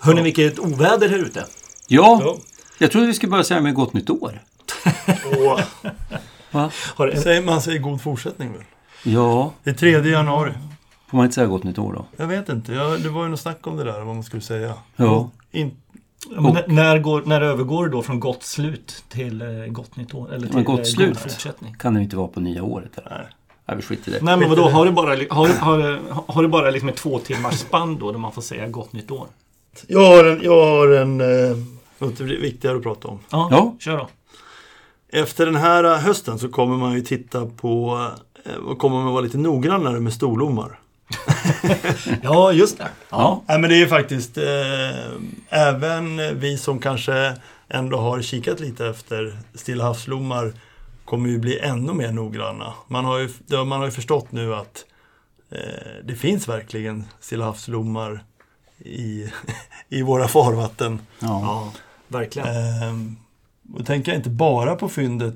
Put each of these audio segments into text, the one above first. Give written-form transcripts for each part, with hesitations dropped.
Hörrni, vilket oväder här ute. Ja, jag trodde vi skulle börja säga med gott nytt år. Va? Man säger god fortsättning väl? Ja. Det är 3 januari. Får man inte säga gott nytt år då? Jag vet inte. Det var ju något snack om det där, vad man skulle säga. Ja. När övergår det då från gott slut till gott nytt år? Eller till gott slut fortsättning? Kan det inte vara på nya året? Eller? Nej. Jag vill skita i det. Nej, men vadå? Har det bara liksom ett 2 timmars spann då där man får säga gott nytt år? Jag har något viktigare att prata om. Ja, kör då. Efter den här hösten så kommer man ju titta på, kommer man vara lite noggrannare med storlommar. Ja, just det. Ja. Nej, men det är faktiskt även vi som kanske ändå har kikat lite efter Stilla havslommar kommer ju bli ännu mer noggranna. Man har ju förstått nu att det finns verkligen Stilla havslommar i våra farvatten. Ja, verkligen. Och tänker jag inte bara på fyndet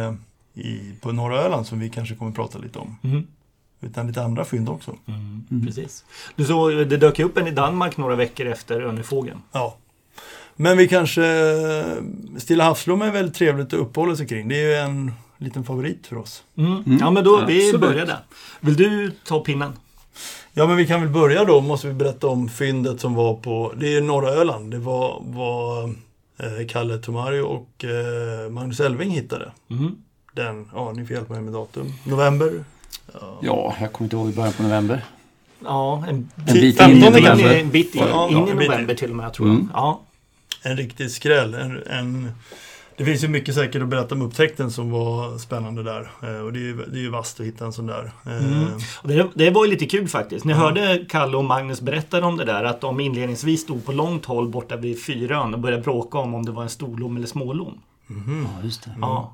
på norra Öland som vi kanske kommer att prata lite om. Mm. Utan lite andra fynd också. Precis. Du såg, det dök upp en i Danmark några veckor efter Örnefågeln. Ja. Men vi kanske... Stilla havslommar är väldigt trevligt att uppehålla sig kring. Det är ju en liten favorit för oss. Ja, men då vi börjar där. Vill du ta pinnen? Ja, men vi kan väl börja då. Måste vi berätta om fyndet som var på... Det är norra Öland. Det var Kalle Tomario och Magnus Elving hittade. Den, ni får hjälpa mig med datum. November? Ja, jag kommer inte ihåg i början på november. Ja, en bit in i november. En bit in i november till och med, tror jag. Ja. En riktig skräll. Det finns ju mycket säkert att berätta om upptäckten som var spännande där. Och det är ju vasst att hitta en sån där. Och det var ju lite kul faktiskt. Ni hörde Kalle och Magnus berätta om det där. Att de inledningsvis stod på långt håll borta vid Fyrön och började bråka om det var en storlom eller smålom. Ja, just det. Ja.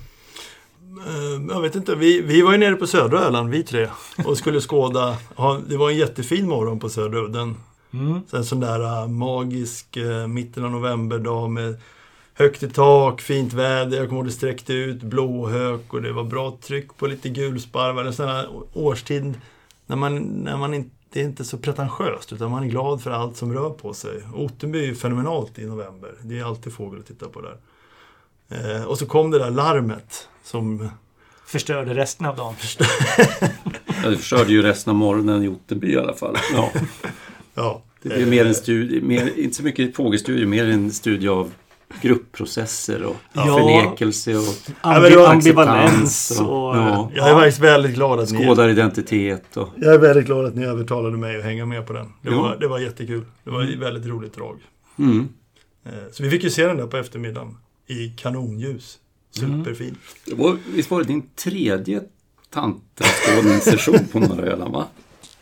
Jag vet inte, vi var ju nere på södra Öland, vi 3. Och skulle skåda. Det var en jättefin morgon på södra udden. Sen sån där magisk mitten av novemberdag med högt i tak, fint väder. Jag kommer ihåg det sträckte ut, blåhök och det var bra tryck på lite gulsparvar. En sån här årstid när man inte, det är inte så pretentiöst utan man är glad för allt som rör på sig. Ottenby är ju fenomenalt i november. Det är alltid fågel att titta på där. Och så kom det där larmet som... Förstörde resten av dagen. Ja, det förstörde ju resten av morgonen i Ottenby i alla fall. Ja. Ja. Det blir mer en studie, inte så mycket fågelstudie, mer en studie av gruppprocesser och förnekelse och ambivalens. Jag är faktiskt väldigt glad att skådaridentitet. Och... Jag är väldigt glad att ni övertalade mig att hänga med på den. Det var jättekul. Det var ett väldigt roligt drag. Så vi fick ju se den där på eftermiddagen i kanonljus. Superfint. Visst var det din 3:e tantraskådningssession på norra Öland, va?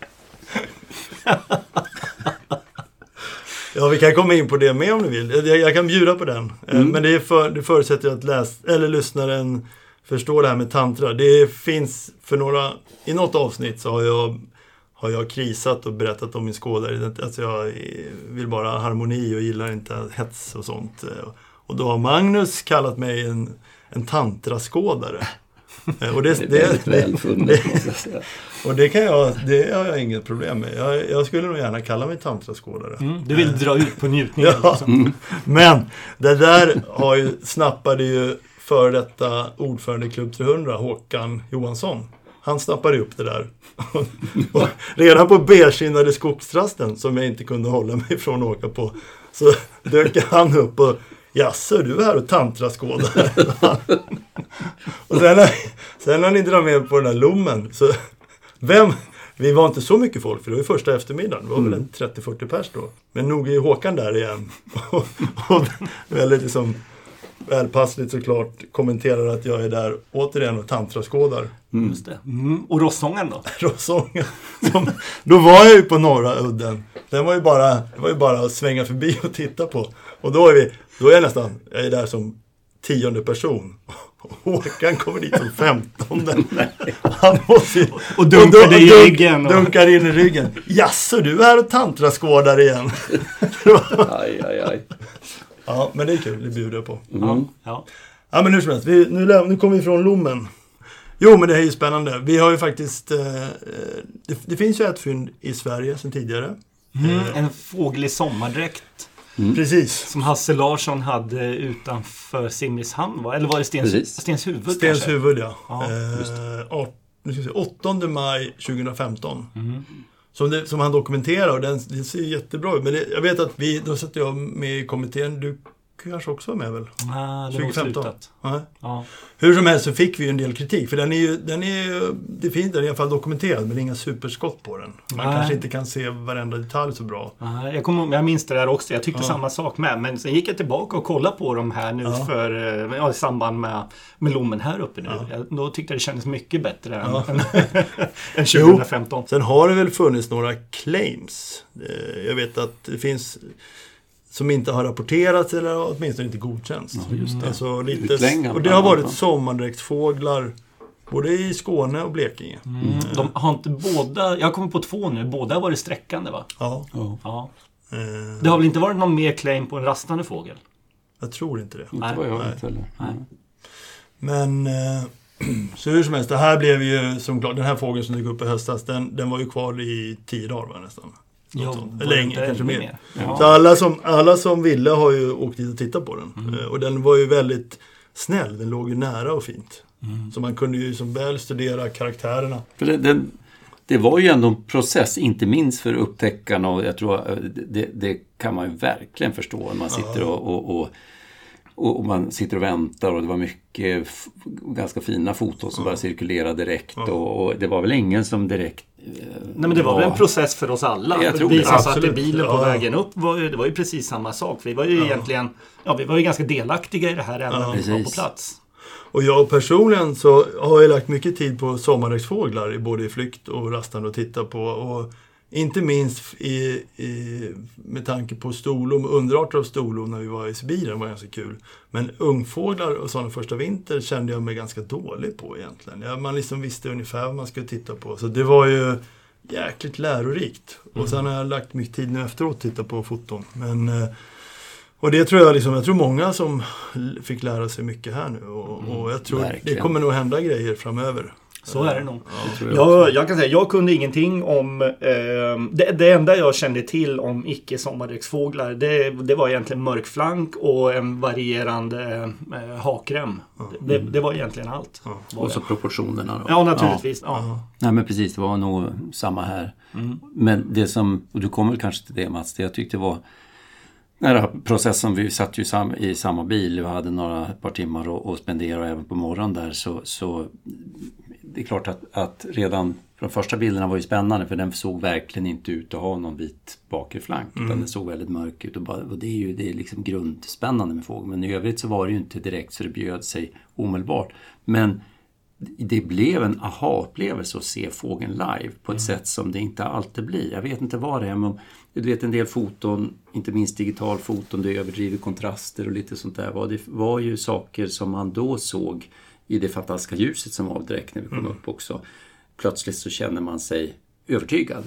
Ja, vi kan komma in på det med om ni vill. Jag kan bjuda på den. Men det förutsätter att lyssnaren förstår det här med tantra. Det finns i något avsnitt så har jag krisat och berättat om min skådare. Alltså jag vill bara ha harmoni och gillar inte hets och sånt. Och då har Magnus kallat mig en tantraskådare. Och det är väldigt välfunnet, måste jag säga. Och det har jag inget problem med. Jag skulle nog gärna kalla mig tantraskådare. Du vill dra ut på njutningen. Ja. Men det där snappade ju för detta ordförande i Klubb 300, Håkan Johansson. Han snappade upp det där. Och redan på beskinnade skogstrasten som jag inte kunde hålla mig från att åka på så dök han upp och jaså, du är här och tantraskådare. Och sen när ni drar med på den här lommen så vi var inte så mycket folk för det var ju första eftermiddagen. Det var väl en 30-40 pers då. Men nog är ju Håkan där igen. och väldigt liksom välpassligt såklart kommenterar att jag är där återigen och tantraskådar. Just det. Och Rossången då? Rossången. Då var jag ju på norra udden. Det var ju bara att svänga förbi och titta på. Och då är jag är där som 10:e person. Håkan kommer dit som 15:e. Han måste och dunkar dig i ryggen. Dunkar in i ryggen. Jaså, du är här och tantraskådar igen. Aj. Ja, men det är kul. Det bjuder jag på. Ja, men hur som helst. Nu kommer vi från lommen. Jo, men det är ju spännande. Vi har ju faktiskt... det finns ju ett fynd i Sverige sedan tidigare. En fågel i sommardräkt. Precis. Som Hasse Larsson hade utanför Simrishamn, va? Eller var det Stenshuvud? Stenshuvud, ja. Ja. 8 maj 2015. Som han dokumenterar, och det ser jättebra ut. Men jag vet att då satt jag med i kommittén. Du kanske också var med väl? Nej, det var slutat. Ja. Hur som helst så fick vi en del kritik. För den är fint, den är i alla fall dokumenterad, men det är inga superskott på den. Man kanske inte kan se varenda detalj så bra. Jag minns det där också. Jag tyckte samma sak med. Men sen gick jag tillbaka och kollade på dem här nu i samband med lommen här uppe nu. Då tyckte jag det kändes mycket bättre än 2015. Sen har det väl funnits några claims. Jag vet att det finns som inte har rapporterats eller åtminstone inte godkänts. Ja, just det. Alltså och det har varit sommardräktsfåglar både i Skåne och Blekinge. De har inte båda, jag kommer på 2 nu, båda har varit sträckande, va? Ja. Det har väl inte varit någon mer claim på en rastande fågel? Jag tror inte det. Inte vad jag vet heller. Men så hur som helst, det här blev ju som klart, den här fågeln som dök upp i höstas, den var ju kvar i 10 dagar, va, nästan. Länge, kanske mer. Ja. Så alla som ville har ju åkt dit och tittat på den. Och den var ju väldigt snäll. Den låg ju nära och fint. Så man kunde ju som väl studera karaktärerna. För det var ju ändå en process, inte minst för upptäckarna. Och jag tror det kan man ju verkligen förstå. När man sitter och man sitter och väntar, och det var mycket ganska fina foton som bara cirkulerade direkt. Och det var väl ingen som direkt... Nej, men det var väl en process för oss alla. Jag tror vi det. som satt i bilen på vägen upp, det var ju precis samma sak. Vi var ju egentligen, vi var ju ganska delaktiga i det här även när vi var på plats. Och jag personligen så har jag lagt mycket tid på sommardräktsfåglar, både i flykt och rastande och titta på. Och inte minst med tanke på storlom, underarter av storlom när vi var i Sibirien var ganska kul. Men ungfåglar och sådana första vinter kände jag mig ganska dålig på egentligen. Man liksom visste ungefär vad man skulle titta på. Så det var ju jäkligt lärorikt. Och sen har jag lagt mycket tid nu efteråt att titta på foton. Och det tror jag tror många som fick lära sig mycket här nu. Och jag tror det kommer nog hända grejer framöver. Så är det nog. Jag kan säga, jag kunde ingenting om det enda jag kände till om icke sommardräktsfåglar, det var egentligen mörkflank och en varierande hakrem. Det var egentligen allt. Och så proportionerna då. Ja, naturligtvis. Ja. Nej, men precis, det var nog samma här. Men det som, och du kommer kanske till det, Mats, det jag tyckte var den här processen, vi satt ju i samma bil, vi hade ett par timmar att spendera, och även på morgonen där så det är klart att redan de första bilderna var ju spännande, för den såg verkligen inte ut att ha någon vit bakre flank, utan den såg väldigt mörk ut, och det är liksom grundspännande med fågeln. Men i övrigt så var det ju inte direkt så det bjöd sig omedelbart. Men det blev en aha-upplevelse att se fågeln live på ett sätt som det inte alltid blir. Jag vet inte vad det är, men du vet, en del foton, inte minst digitalfoton, det överdriver kontraster och lite sånt där. Det var ju saker som man då såg i det fantastiska ljuset som var direkt när vi kom upp också. Plötsligt så känner man sig övertygad.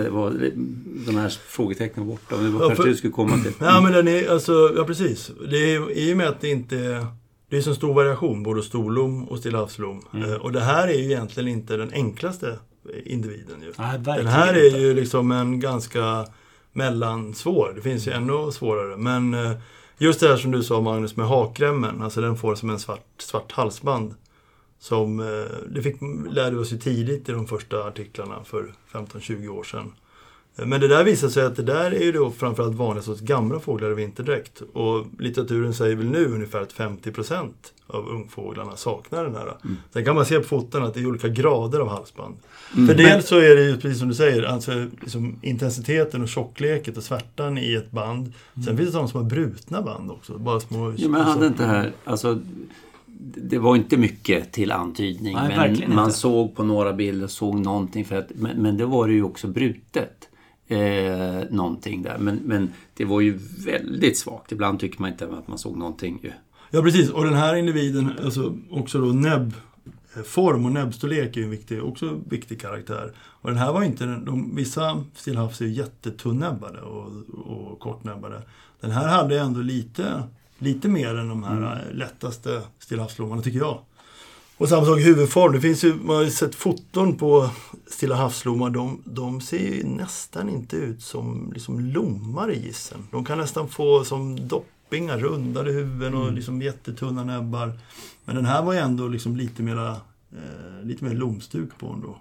De här frågetecknen borta. Det var kanske du skulle komma till. Ja, men den är, alltså, ja precis. Det är i och med att det inte... Det är så stor variation, både storlom och stillhavslom. Och det här är ju egentligen inte den enklaste individen. Ju. Nej, den här är ju liksom en ganska mellansvår. Det finns ju ännu svårare. Men just det här som du sa, Magnus, med hakremmen. Alltså den får som en svart halsband. Som lärde vi oss ju tidigt i de första artiklarna för 15-20 år sedan. Men det där visar sig att det där är ju då framförallt vanligast hos gamla fåglar i vinterdräkt. Och litteraturen säger väl nu ungefär att 50% av ungfåglarna saknar den här. Sen kan man se på foton att det är olika grader av halsband. För dels så är det ju precis som du säger, alltså liksom intensiteten och tjockleket och svärtan i ett band. Sen finns det sådana som har brutna band också. Bara små... Jo, men hade inte här... Alltså, det var inte mycket till antydning. Nej, men man såg på några bilder, såg någonting. Men det var ju också brutet. Någonting där. Men det var ju väldigt svagt. Ibland tycker man inte att man såg någonting. Ju. Ja, precis. Och den här individen, alltså också då näbbform och näbbstorlek är ju också viktig karaktär. Och den här var inte, vissa stillhavs är ju jättetunnäbbade och kortnäbbade. Den här hade ändå lite mer än de här lättaste stillhavslomarna, tycker jag. Och samma sak huvudform. Det finns ju, man har ju sett foton på Stilla havslommar. De ser ju nästan inte ut som liksom lommar i gissen. De kan nästan få som doppingar, rundade huvuden och liksom jättetunna näbbar. Men den här var ju ändå liksom lite mer lomstuk på ändå.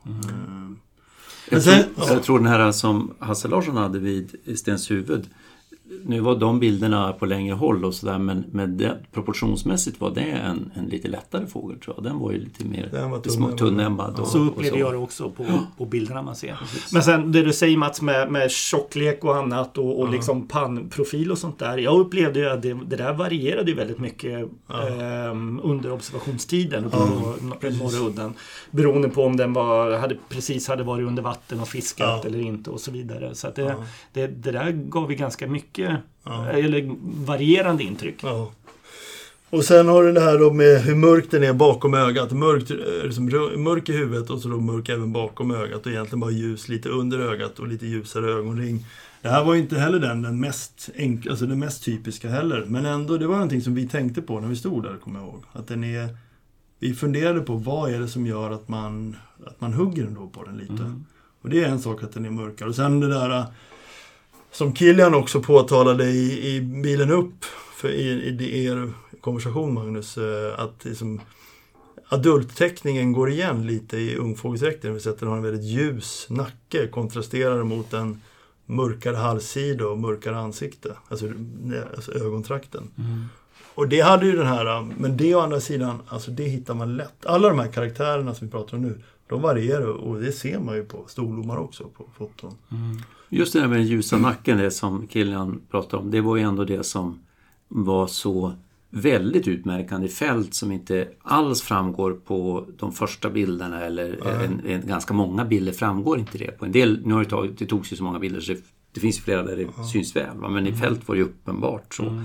Jag tror den här som Hasse Larsson hade vid Stenshuvud, nu var de bilderna på längre håll och sådär, men det, proportionsmässigt var det en lite lättare fågel, tror jag. Den var ju lite mer tunnäbbad. Så upplever jag det också på bilderna man ser. Precis. Men sen det du säger, Mats, med tjocklek och annat och liksom pannprofil och sånt där. Jag upplevde ju att det där varierade ju väldigt mycket under observationstiden på Norra udden. Beroende på om den hade varit under vatten och fiskat eller inte och så vidare. Så att det där gav ju ganska mycket eller varierande intryck. Ja. Och sen har du det här då med hur mörk den är bakom ögat. Mörk i huvudet och så då mörk även bakom ögat. Och egentligen bara ljus lite under ögat och lite ljusare ögonring. Det här var ju inte heller den mest enkla, alltså den mest typiska heller. Men ändå, det var någonting som vi tänkte på när vi stod där, kommer jag ihåg. Att vi funderade på vad är det som gör att man hugger ändå på den lite. Och det är en sak att den är mörkare. Och sen det där som Kilian också påtalade i bilen upp i er konversation, Magnus, att liksom, adulttäckningen går igen lite i ungfågelsdräkten. Vi sätter den har en väldigt ljus nacke, kontrasterar mot en mörkare halssida och mörkare ansikte, alltså ögontrakten. Och det hade ju den här, men det å andra sidan, alltså det hittar man lätt. Alla de här karaktärerna som vi pratar om nu, de varierar och det ser man ju på storlommar också på foton. Just det där med den ljusa nacken, det som Kilian pratade om, det var ju ändå det som var så väldigt utmärkande i fält som inte alls framgår på de första bilderna, eller en ganska många bilder framgår inte det. På en del, nu har det togs ju så många bilder så det finns ju flera där det syns väl, men i fält var det uppenbart så.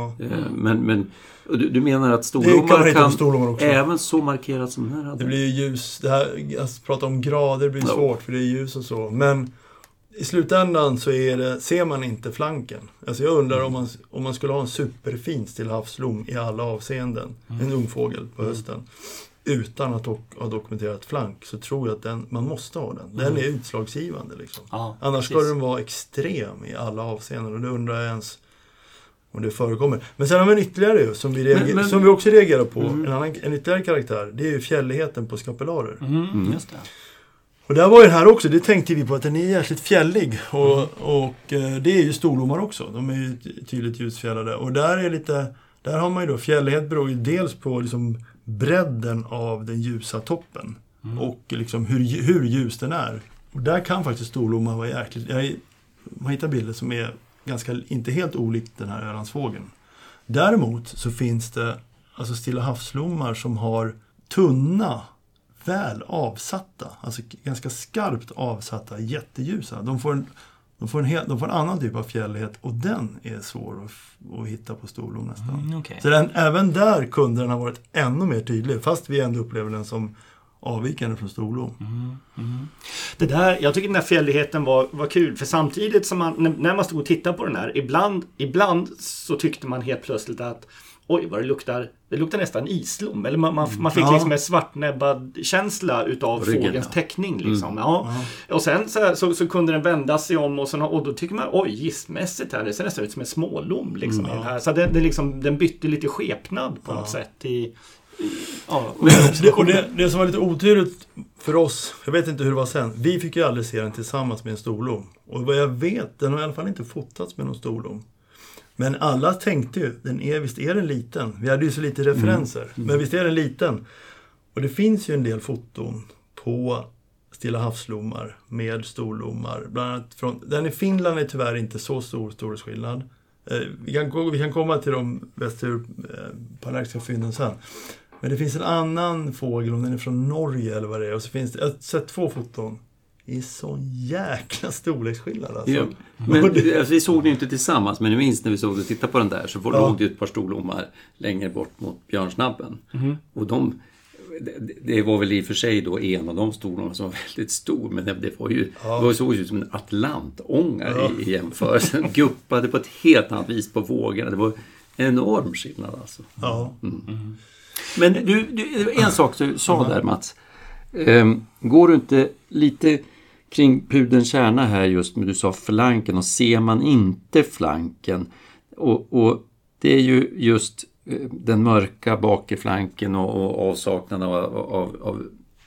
Men du menar att storlommar kan även så markerat som den här hade? Det blir ju ljus, det här, att prata om grader blir svårt för det är ljus och så, men i slutändan så ser man inte flanken. Alltså jag undrar om man skulle ha en superfin stillhavslom i alla avseenden, en ungfågel på hösten, utan att ha dokumenterat flank, så tror jag att man måste ha den. Den är utslagsgivande liksom. Annars ska den vara extrem i alla avseenden, och det undrar jag ens om det förekommer. Men sen har vi en ytterligare som vi också reagerar på, en ytterligare karaktär, det är ju fjälligheten på skapellarer. Just det. Och där var ju den här också, det tänkte vi på att den är jäkligt fjällig. Och det är ju storlommar också. De är ju tydligt ljusfjällade. Och där har man ju då, fjällighet beror ju dels på liksom bredden av den ljusa toppen. Och liksom hur ljus den är. Och där kan faktiskt storlommar vara jäkligt. Man hittar bilder som är ganska, inte helt olikt den här ölandsfågeln. Däremot så finns det alltså Stilla havslommar som har tunna, väl avsatta, alltså ganska skarpt avsatta, jätteljusa. De får en annan typ av fjällighet, och den är svår att hitta på storlom nästan. Så även där kunde den ha varit ännu mer tydlig, fast vi ändå upplever den som avvikande från storlom. Det där, jag tycker den där fjälligheten var kul, för samtidigt som när man stod och tittade på den här, ibland så tyckte man helt plötsligt att oj, vad det luktar nästan islom. Eller man fick liksom en svartnäbbad känsla utav fågelns täckning. Liksom. Och sen så kunde den vända sig om och då tycker man, oj, gissmässigt här, det ser nästan ut som en smålom. Liksom, i den här. Så den bytte lite skepnad på något sätt det som var lite otydligt för oss, jag vet inte hur det var sen, vi fick ju aldrig se den tillsammans med en storlom. Och vad jag vet, den har i alla fall inte fotats med någon storlom. Men alla tänkte ju, visst är den liten. Vi hade ju så lite referenser. Men visst är den liten. Och det finns ju en del foton på Stilla havslommar med storlommar. Bland annat den i Finland är tyvärr inte så stor storhetsskillnad. Vi kan komma till de västerpanaxiska fynden sen. Men det finns en annan fågel, om den är från Norge eller vad det är. Och så finns det, jag har sett 2 foton. Det är så jäkla storleksskillnad alltså. Ja, men vi såg det inte tillsammans, men minst när vi såg det och tittade på den där så låg det ett par storlommar längre bort mot björnsnabben. Och det var väl i och för sig då en av de storlommar som var väldigt stor, men det var ju det såg ut som en atlantångare i jämförelse. Guppade på ett helt annat vis på vågorna. Det var en enorm skillnad alltså. Men en sak du sa där, Mats. Går du inte lite kring pudelns kärna här just när du sa flanken och ser man inte flanken och det är ju just den mörka bakiflanken och avsaknaden av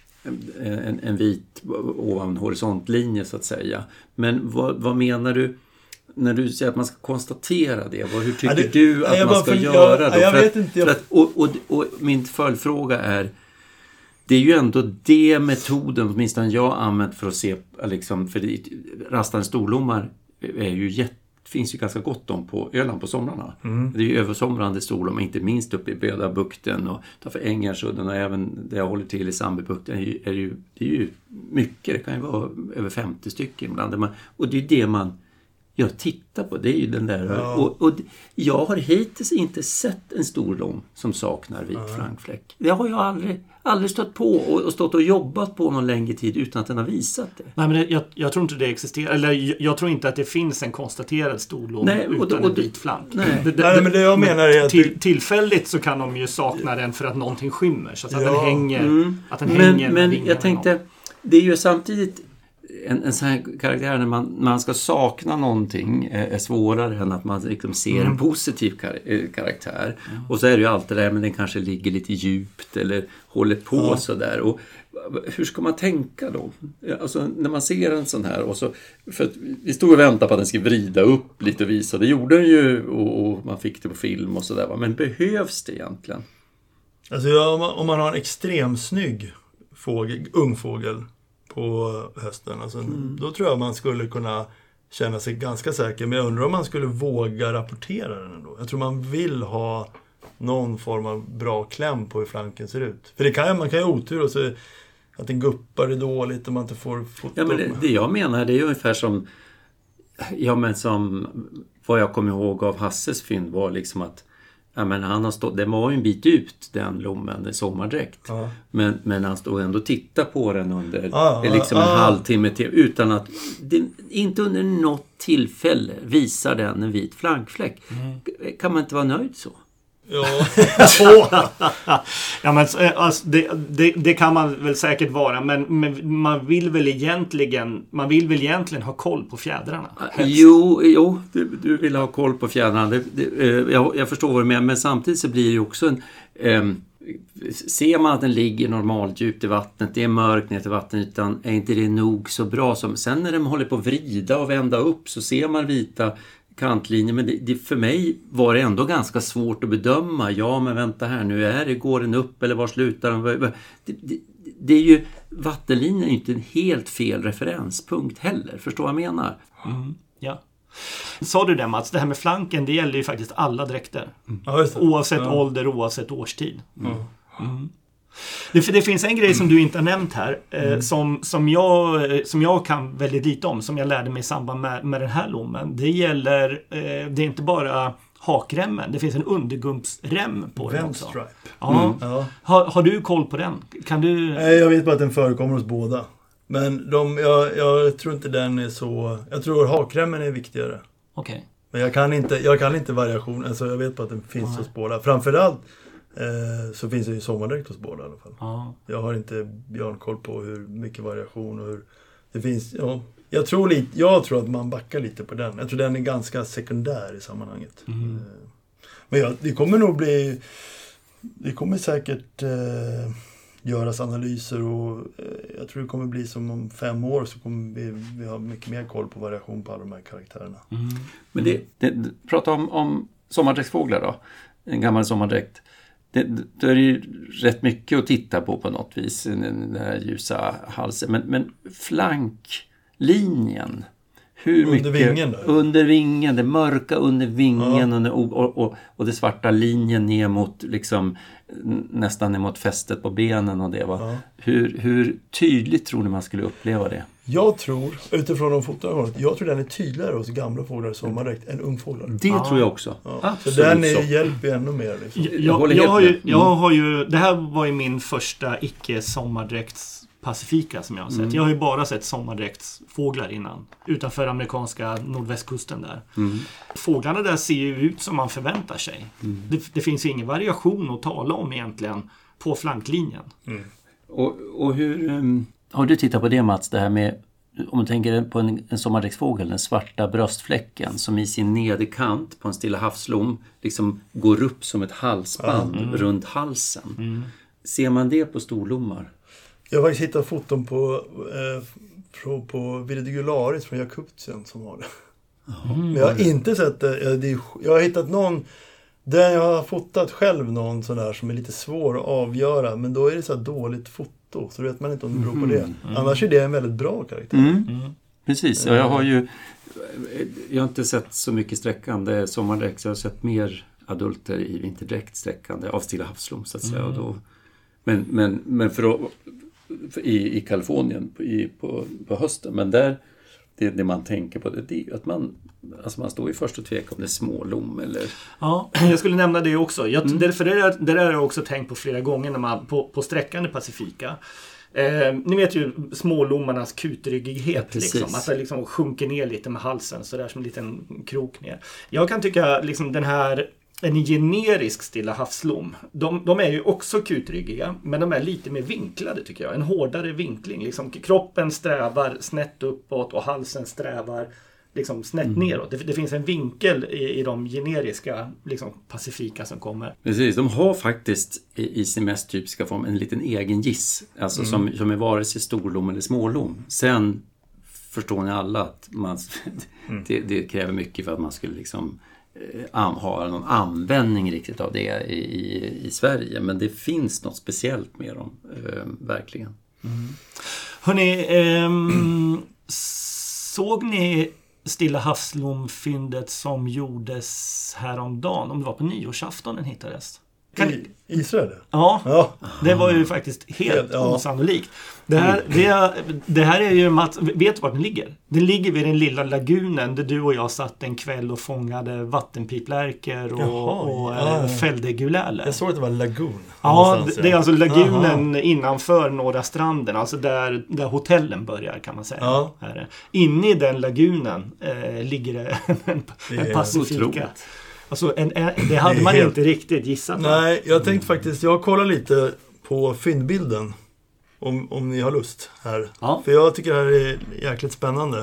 en vit ovan horisontlinje så att säga. Men vad menar du när du säger att man ska konstatera det? Hur tycker du att man ska göra då? Jag vet inte. Och min följdfråga är, det är ju ändå det metoden åtminstone jag använt för att se liksom, för rastande storlommar är ju finns ju ganska gott om på Öland på somrarna. Det är ju översomrande storlommar, inte minst uppe i Bödabukten och för Ängarsudden och även där jag håller till i Sandbybukten det är ju mycket, det kan ju vara över 50 stycken ibland. Och det är det jag tittar på, det är ju den där. Ja. Och jag har hittills inte sett en storlom som saknar vit flankfläck. Det har jag aldrig stött på och stått och jobbat på någon längre tid utan att den har visat det. Nej, men jag tror inte det existerar. Eller jag tror inte att det finns en konstaterad storlom utan en vit flank. Nej, men det jag menar är att tillfälligt så kan de ju sakna den för att någonting skymmer. Så att den hänger. Att den hänger men jag tänkte, det är ju samtidigt en sån här karaktär när man ska sakna någonting är svårare än att man liksom ser en positiv karaktär. Och så är det ju alltid det där, men den kanske ligger lite djupt eller håller på sådär. Och hur ska man tänka då? Alltså när man ser en sån här och så, för att vi stod och väntade på att den skulle vrida upp lite och visa. Det gjorde den ju och man fick det på film och sådär. Men behövs det egentligen? Alltså om man har en extremt snygg ung fågel på hösten. Alltså, då tror jag man skulle kunna känna sig ganska säker. Men jag undrar om man skulle våga rapportera den ändå. Jag tror man vill ha någon form av bra kläm på hur flanken ser ut. För man kan ju ha otur och så att den guppar det dåligt och man inte får foto. Ja, men det jag menar, det är ungefär som vad jag kommer ihåg av Hasses fynd var liksom att men han har stått, den var ju en bit ut den lommen, den sommardräkt. Ja. Men han stod ändå och tittade på den under en halvtimme till, utan att inte under något tillfälle visar den en vit flankfläck. Kan man inte vara nöjd så? Ja. Ja, men alltså, det kan man väl säkert vara, men man vill väl egentligen ha koll på fjädrarna. Jo, du vill ha koll på fjädrarna. Jag förstår vad du menar, men samtidigt så blir det ju också ser man att den ligger normalt djupt i vattnet, det är mörkt ner till vattenytan, är inte det nog så bra som sen när de håller på att vrida och vända upp så ser man vita kantlinjer, men för mig var det ändå ganska svårt att bedöma. Ja, men vänta här, nu går den upp eller var slutar den? Det är ju, vattenlinjen är inte en helt fel referenspunkt heller, förstår vad jag menar? Ja. Sa du det, Mats, det här med flanken, det gäller ju faktiskt alla dräkter. Ja, just det. Oavsett ålder, oavsett årstid. Det finns en grej som du inte har nämnt här som jag kan väldigt lite om, som jag lärde mig i samband med den här lommen. Det är inte bara hakremmen, det finns en undergumpsrem på den också. Stripe. Ja. Har du koll på den? Kan du... Nej, jag vet bara att den förekommer hos båda. Men jag tror inte den är så... Jag tror hakremmen är viktigare. Okej. Men jag kan inte variation. Alltså jag vet bara att den finns hos båda. Framförallt så finns det ju sommardräkt hos båda i alla fall. Ja. Jag har inte björnkoll på hur mycket variation och hur det finns. Ja, jag tror att man backar lite på den. Jag tror den är ganska sekundär i sammanhanget. Men det kommer nog bli... Det kommer säkert göras analyser och jag tror det kommer bli som om 5 år så kommer vi ha mycket mer koll på variation på alla de här karaktärerna. Men prata om sommardräktsfåglar då. En gammal sommardräkt. Det är ju rätt mycket att titta på något vis. Den här ljusa halsen. Men flanklinjen. Hur under mycket? Vingen där. Under vingen. Det mörka under vingen. Och det svarta linjen ner mot liksom, nästan ner mot fästet på benen och det. Va? Ja. Hur tydligt tror ni man skulle uppleva det? Jag tror, utifrån de foton jag tror den är tydligare hos gamla fåglar sommardräkt än ungfåglar. Det tror jag också. Ja. Så den hjälper ännu mer. Liksom. Det här var ju min första icke-sommardräkts Pacifica som jag har sett. Jag har ju bara sett sommardräktsfåglar innan. Utanför amerikanska nordvästkusten där. Fåglarna där ser ju ut som man förväntar sig. Det finns ju ingen variation att tala om egentligen på flanklinjen. Och hur har du tittat på det, Mats? Det här med, om man tänker på en sommardräktsfågel, den svarta bröstfläcken som i sin nederkant på en Stilla havslom liksom går upp som ett halsband runt halsen. Ser man det på storlommar? Jag har faktiskt hittat foton på Viridicularis från Jakutien som har det. Men jag har inte sett det. Jag har hittat någon, där jag har fotat själv någon sån där som är lite svår att avgöra. Men då är det så här dåligt foto, så vet man inte om det beror på det. Annars är det en väldigt bra karaktär. Precis, och jag har inte sett så mycket sträckande sommardräkt. Jag har sett mer adulter i vinterdräkt sträckande av Stilla havslom så att säga. Och då, men i Kalifornien på hösten, men där det man tänker på det är att man står ju först och tvekar om det är smålom eller... Ja, jag skulle nämna det också. För det har jag också tänkt på flera gånger när man på sträckande Pacifica. Ni vet ju smålommarnas kutryggighet liksom, att det liksom sjunker ner lite med halsen så där som en liten krok ner. Jag kan tycka liksom en generisk Stilla havslom. De är ju också kutryggiga, men de är lite mer vinklade tycker jag. En hårdare vinkling. Liksom, kroppen strävar snett uppåt och halsen strävar liksom snett neråt. Det finns en vinkel i de generiska liksom, Pacifica som kommer. Precis, de har faktiskt i sin mest typiska form en liten egen giss. Alltså som är vare sig storlom eller smålom. Sen förstår ni alla att det kräver mycket för att man skulle liksom... har någon användning riktigt av det i Sverige, men det finns något speciellt med dem verkligen. Hörrni, såg ni Stilla havslomfyndet som gjordes häromdagen, om det var på nyårsafton den hittades? I Israel? Ja, det var ju faktiskt helt osannolikt. Det här är ju, Mats, vet du var den ligger? Den ligger vid den lilla lagunen där du och jag satt en kväll och fångade vattenpiplärkor och fällde guläler. Jag såg att det var lagun. Ja, det är alltså lagunen innanför norra stranden, alltså där hotellen börjar kan man säga. Ja. Inne i den lagunen ligger det en Pacifica. Alltså, det hade man inte riktigt gissat. Nej, jag tänkte faktiskt, jag kollar lite på fyndbilden om ni har lust här. Ja. För jag tycker det här är jäkligt spännande.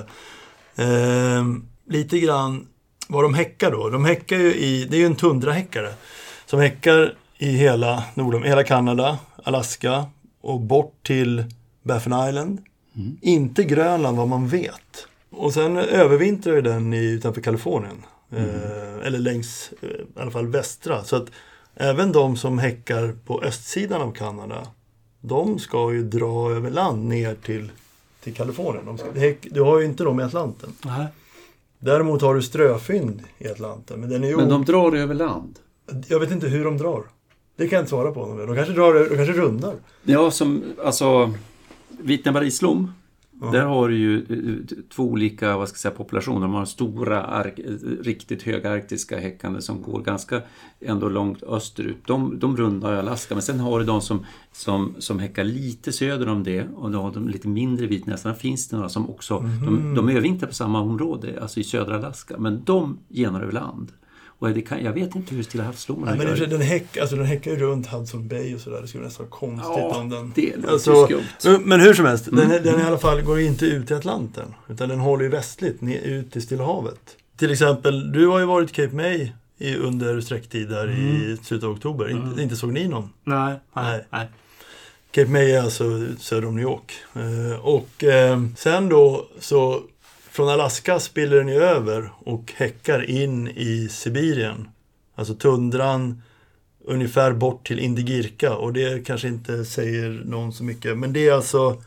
Lite grann vad de häckar då. De häckar ju det är ju en tundrahäckare som häckar i hela hela Kanada, Alaska och bort till Baffin Island. Inte Grönland vad man vet. Och sen övervintrar ju den utanför Kalifornien. Eller längs i alla fall västra. Så att även de som häckar på östsidan av Kanada, de ska ju dra över land ner till Kalifornien. Du har ju inte dem i Atlanten. Nej. Däremot har du ströfynd i Atlanten. Men de drar över land? Jag vet inte hur de drar. Det kan jag inte svara på. De kanske rundar. Ja, alltså Vitnebarislom. Där har du ju två olika populationer. De har stora, riktigt höga arktiska häckande som går ganska ändå långt österut. De rundar i Alaska. Men sen har du de som häckar lite söder om det. Och då har de lite mindre vitnäsarna. Finns det några som också... De övintrar på samma område, alltså i södra Alaska. Men de genar över land. Och jag vet inte hur Stilla havslommarna gör. Den häckar ju runt Hudson Bay och sådär. Det skulle nästan vara konstigt om den... det är skumt. Men hur som helst, den i alla fall går inte ut i Atlanten. Utan den håller ju västligt ut i Stilla havet. Till exempel, du har ju varit i Cape May under sträcktid där i slutet av oktober. Inte såg ni någon? Nej. Cape May är alltså söder om New York. Och sen då så... Från Alaska spiller den ju över och häckar in i Sibirien. Alltså tundran ungefär bort till Indigirka. Och det kanske inte säger någon så mycket. Men det är alltså...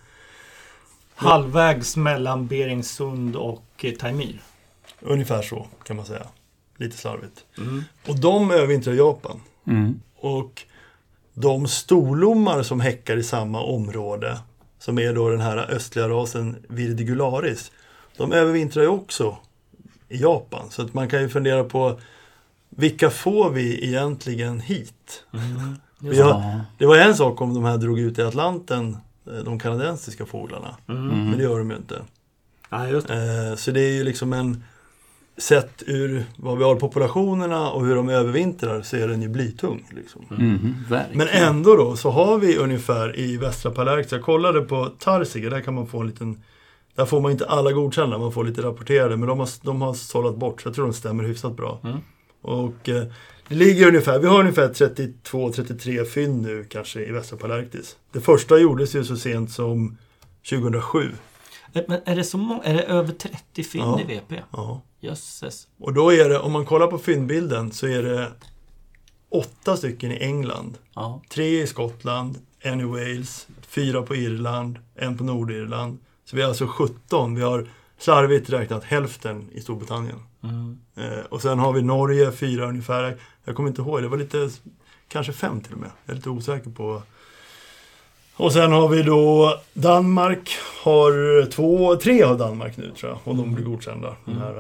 halvvägs mellan Beringsund och Taimyr. Ungefär så kan man säga. Lite slarvigt. Och de övervintrar i Japan. Och de storlommar som häckar i samma område, som är då den här östliga rasen Viridicularis, de övervintrar ju också i Japan. Så att man kan ju fundera på vilka får vi egentligen hit? Det var en sak om de här drog ut i Atlanten de kanadensiska fåglarna. Men det gör de ju inte. Ja, just det. Så det är ju liksom sett ur vad vi har populationerna och hur de övervintrar så är den ju blytung. Liksom. Men ändå då så har vi ungefär i västra Palearktis, jag kollade på Tarsiga, där kan man få en liten, där får man inte alla godkända, man får lite rapporterade, men de har sållat bort, så jag tror de stämmer hyfsat bra. Och det ligger ungefär, vi har ungefär 32-33 fynd nu kanske i västra Palearktis. Det första gjordes ju så sent som 2007. Men är det så många, är det över 30 fynd i VP? Ja. Jösses. Och då är det, om man kollar på fyndbilden så är det 8 stycken i England, 3 i Skottland, 1 i Wales, 4 på Irland, 1 på Nordirland. Så vi har alltså 17, vi har slarvigt räknat hälften i Storbritannien. Och sen har vi Norge, 4 ungefär. Jag kommer inte ihåg, det var lite, kanske 5 till och med. Jag är lite osäker på. Och sen har vi då Danmark, har 3 av Danmark nu tror jag. Och de blir godkända.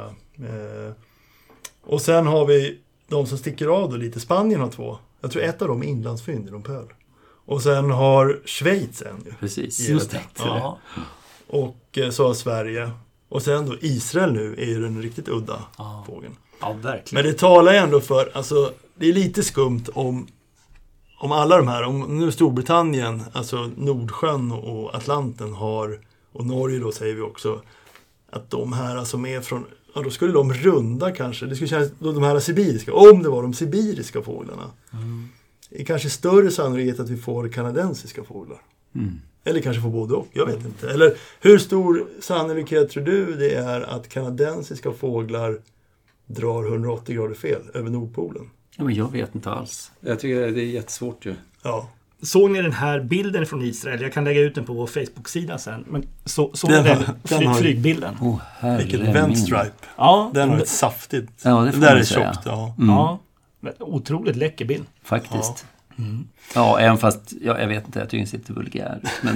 Och sen har vi de som sticker av då lite. Spanien har 2. Jag tror ett av dem är inlandsfynd i Pöl. Och sen har Schweiz en ju. Precis, just det. Ja. Och så har Sverige. Och sen då Israel nu är ju den riktigt udda fågeln. Ja, verkligen. Men det talar ändå för, alltså det är lite skumt om alla de här, om nu Storbritannien, alltså Nordsjön och Atlanten har, och Norge då säger vi också, att de här som är från, ja, då skulle de runda kanske, det skulle kännas, de här sibiriska, om det var de sibiriska fåglarna. Det är kanske större sannolikhet att vi får kanadensiska fåglar. Eller kanske får både och, jag vet inte. Eller hur stor sannolikhet tror du det är att kanadensiska fåglar drar 180 grader fel över Nordpolen? Ja, men jag vet inte alls. Jag tycker det är jättesvårt ju. Ja. Såg ni den här bilden från Israel? Jag kan lägga ut den på vår Facebook-sida sen. Men såg den flygbilden? Vilket ventstripe. Ja. Den har ett saftigt. Ja, det får där man är säga. tjockt. Ja. Ja. Otroligt läcker bild. Faktiskt. Ja, även fast jag vet inte, jag tycker inte det är vulgär. Men,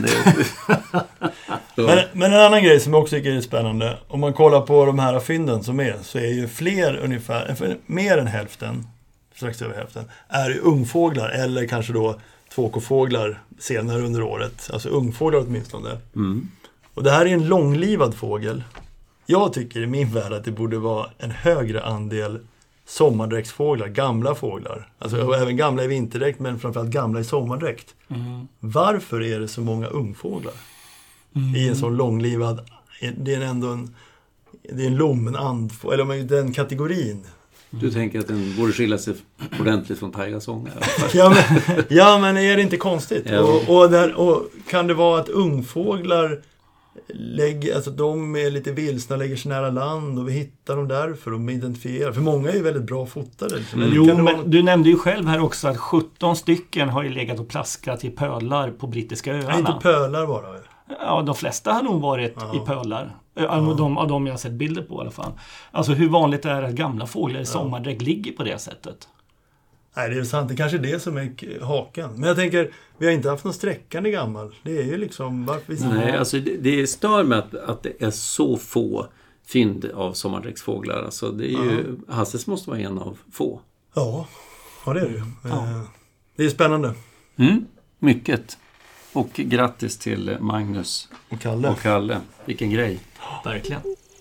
men en annan grej som jag också tycker är spännande, om man kollar på de här fynden som är, så är ju fler ungefär, mer än hälften, strax över hälften, är ju ungfåglar eller kanske då tvåkofåglar senare under året. Alltså ungfåglar åtminstone. Och det här är en långlivad fågel. Jag tycker i min värld att det borde vara en högre andel sommardräktsfåglar, gamla fåglar. Alltså även gamla i vinterdräkt, men framförallt gamla i sommardräkt. Varför är det så många ungfåglar i en sån långlivad, det är ändå det är en lommen andfågel, eller den kategorin. Du tänker att den borde skilja sig ordentligt från pajgasångare? ja, men är det inte konstigt? Och kan det vara att ungfåglar alltså de är lite vilsna, lägger sig nära land och vi hittar dem därför och de identifierar. För många är ju väldigt bra fotade. Liksom. Jo, men du nämnde ju själv här också att 17 stycken har ju legat och plaskat i pölar på brittiska öarna. Nej, inte pölar bara. Ja, de flesta har nog varit i pölar. Av de jag har sett bilder på i alla fall. Alltså hur vanligt är det att gamla fåglar i sommardräkt ligger på det sättet? Nej, det är sant. Det kanske är det som är haken. Men jag tänker, vi har inte haft någon sträckande gammal. Det är ju liksom... Nej, alltså det stör mig att det är så få fynd av sommardräktsfåglar. Alltså det är ju... Hasses måste vara en av få. Ja, det är det ju. Det är spännande. Mycket. Och grattis till Magnus och Kalle. Vilken grej. Verkligen.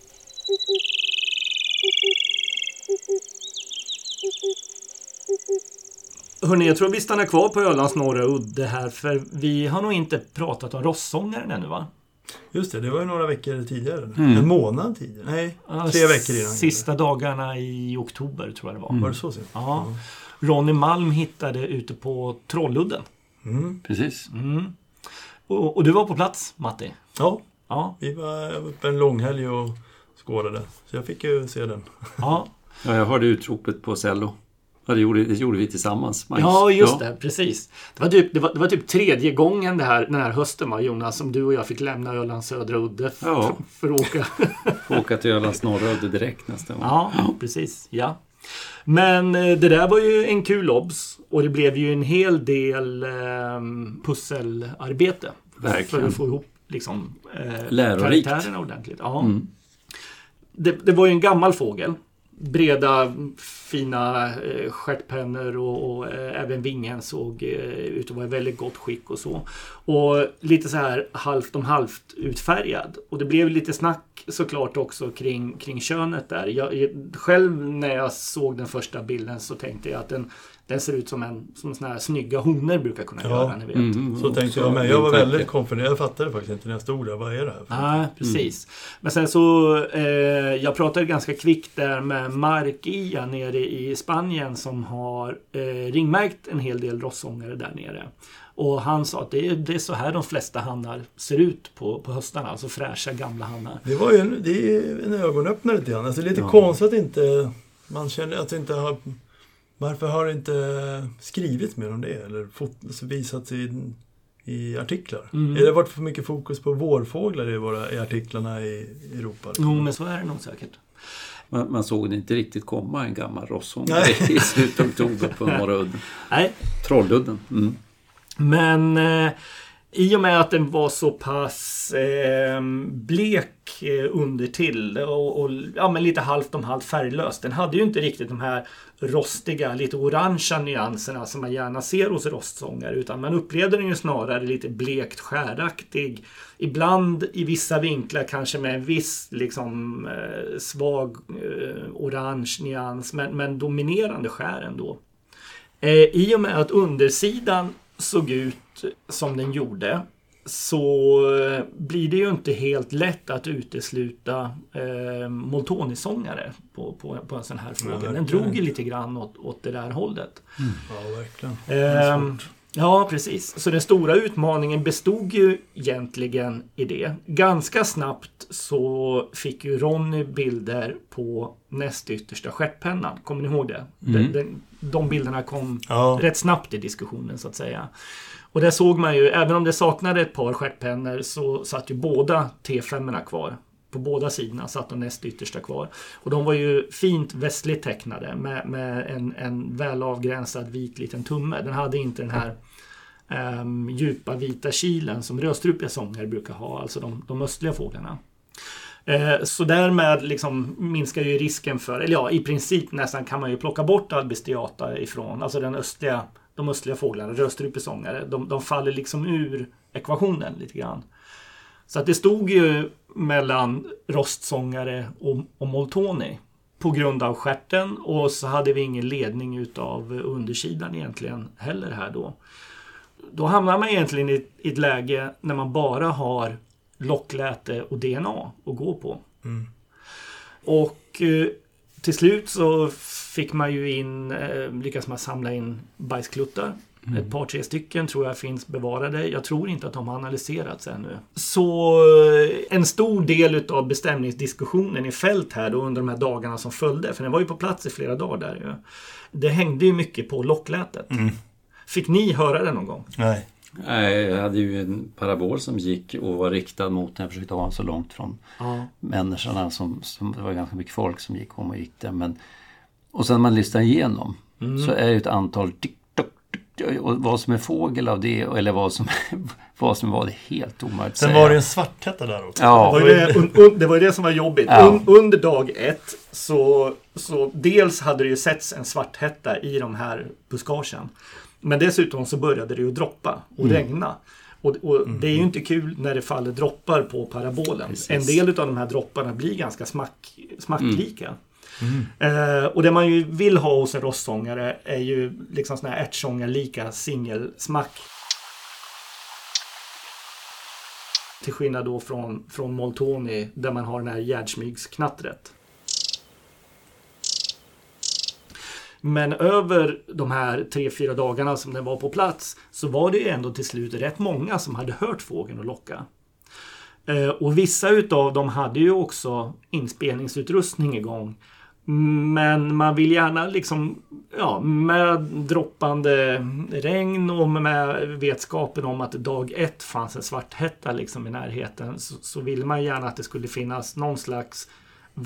Hörrni, jag tror vi stannar kvar på Ölands norra udde här, för vi har nog inte pratat om rossångaren ännu, va? Just det var ju några veckor tidigare. En månad tidigare. Nej, 3 veckor innan. Sista dagarna i oktober tror jag det var. Var det så sent? Ja. Ronny Malm hittade ute på Trolludden. Precis. Och du var på plats, Matti? Ja. Vi var uppe en långhelg och skådade. Så jag fick ju se den. Ja, jag hörde utropet på cello. Ja, det gjorde vi tillsammans. Magnus. Ja, just det. Precis. Det var typ 3:e gången den här hösten, va, Jonas, som du och jag fick lämna Ölands södra udde för att åka. Åka till Ölands norra udde direkt nästan. Ja, precis. Ja. Men det där var ju en kul obs. Och det blev ju en hel del pusselarbete. Verkligen. För att få ihop liksom, lärorikt. karaktärerna ordentligt. Ja. Det var ju en gammal fågel. breda fina stjärtpennor och även vingen såg ut att vara i väldigt gott skick och så. Och lite så här halvt om halvt utfärgad. Och det blev lite snack såklart också kring könet där. Jag själv när jag såg den första bilden så tänkte jag att den ser ut som sån här snygga honor brukar kunna göra. Ni vet. Så tänkte jag med. Jag var väldigt konfunderad. Jag fattade faktiskt inte när jag stod där. Vad är det här? Ja, precis. Men sen så jag pratade ganska kvickt där med Mark Ia nere i Spanien som har ringmärkt en hel del rossångare där nere. Och han sa att det är så här de flesta hannar ser ut på höstarna. Alltså fräscha gamla hannar. Det var ju en ögonöppnare lite grann. Alltså lite konstigt att inte man känner att det inte har... Varför har det inte skrivits mer om det eller visats i artiklar? Är det varit för mycket fokus på vårfåglar i artiklarna i Europa? Jo, men så är det nog säkert. Man såg det inte riktigt komma en gammal rossångare i slutet av oktober på Norra Udden. Nej. Trolludden. Men i och med att den var så pass blek undertill och men lite halvt om halvt färglös. Den hade ju inte riktigt de här rostiga, lite orangea nyanserna som man gärna ser hos rostsångare, utan man upplevde den ju snarare lite blekt skäraktig. Ibland i vissa vinklar kanske med en viss liksom svag orange nyans, men dominerande skär ändå. I och med att undersidan såg ut som den gjorde så blir det ju inte helt lätt att utesluta Moltoni-sångare på en sån här fråga. Den drog ju lite grann åt det där hållet. Ja, verkligen. Ja, precis. Så den stora utmaningen bestod ju egentligen i det. Ganska snabbt så fick ju Ronny bilder på näst yttersta stjärtpennan. Kommer ni ihåg det? De bilderna kom rätt snabbt i diskussionen så att säga. Och där såg man ju, även om det saknade ett par stjärtpennor så satt ju båda T5-erna kvar. På båda sidorna satt de näst yttersta kvar. Och de var ju fint västligt tecknade med en väl avgränsad vit liten tumme. Den hade inte den här djupa vita kilen som rödstrupiga sångare brukar ha, alltså de östliga fåglarna. Så därmed liksom minskar ju risken för, eller ja, i princip nästan kan man ju plocka bort albisteata ifrån, alltså de östliga fåglarna, rödstrupesångare, de faller liksom ur ekvationen lite grann. Så att det stod ju mellan rostsångare och Moltoni på grund av stjärten, och så hade vi ingen ledning utav undersidan egentligen heller här då. Då hamnar man egentligen i ett läge när man bara har lockläte och DNA att gå på. Och till slut så fick man ju lyckas man samla in bajskluttar. Ett par, 3 stycken tror jag finns bevarade. Jag tror inte att de har analyserats ännu. Så en stor del av bestämningsdiskussionen i fält här då under de här dagarna som följde, för den var ju på plats i flera dagar där ju. Det hängde ju mycket på locklätet. Fick ni höra det någon gång? Nej. Jag hade ju en parabol som gick och var riktad mot när jag försökte ha så långt från människorna som det var ganska mycket folk som gick om och gick där. Och sen när man lyssnar igenom så är det ett antal och vad som är fågel av det eller vad som var det helt omöjligt. Sen var det en svarthätta där också. Ja. Det var ju det som var jobbigt. Ja. Under dag 1 så dels hade det ju setts en svarthätta i de här buskagen. Men dessutom så började det ju droppa och regna. Och det är ju inte kul när det faller droppar på parabolen. Precis. En del av de här dropparna blir ganska smacklika. Och det man ju vill ha hos en rostsångare är ju liksom såna här ärtsångarlika singelsmack. Till skillnad då från Moltoni där man har den här gärdsmygsknattret. Men över de här 3-4 dagarna som den var på plats så var det ju ändå till slut rätt många som hade hört fågeln och locka. Och vissa utav dem hade ju också inspelningsutrustning igång. Men man vill gärna liksom, med droppande regn och med vetskapen om att dag 1 fanns en svarthätta liksom i närheten, så ville man gärna att det skulle finnas någon slags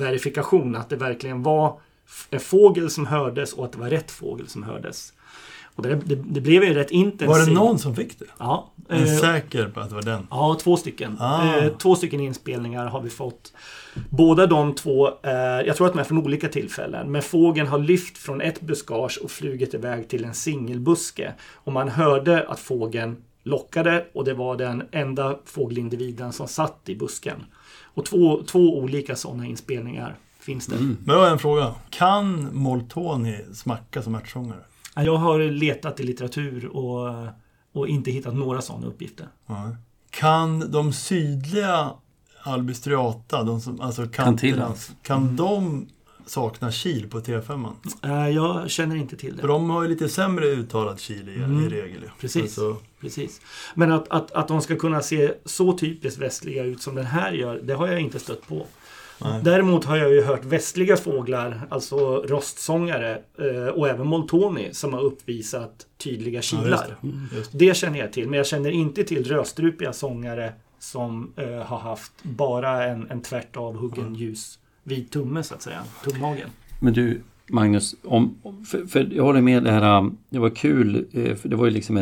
verifikation att det verkligen var en fågel som hördes och att det var rätt fågel som hördes. Och det blev ju rätt intensivt. Var det någon som fick det? Ja. Är du säker på att det var den? Ja, 2 stycken. 2 stycken inspelningar har vi fått. Båda de 2 jag tror att de är från olika tillfällen. Men fågeln har lyft från ett buskage och flugit iväg till en singelbuske. Och man hörde att fågeln lockade och det var den enda fågelindividen som satt i busken. Och 2 olika sådana inspelningar finns det. Men då är en fråga. Kan Moltoni smacka som ärtsångare? Jag har letat i litteratur och inte hittat några sådana uppgifter. Ja. Kan de sydliga albistriata, de som, alltså kan de sakna kil på T5? Jag känner inte till det. För de har ju lite sämre uttalad kil i regel. Precis, alltså. Precis. Men att de ska kunna se så typiskt västliga ut som den här gör, det har jag inte stött på. Nej. Däremot har jag ju hört västliga fåglar, alltså rostsångare och även Moltoni som har uppvisat tydliga kilar. Det känner jag till, men jag känner inte till rödstrupiga sångare som har haft bara en tvärt avhuggen ljus vid tumme så att säga, tummagen. Men du Magnus, för jag håller med det här, det var kul, för det var ju liksom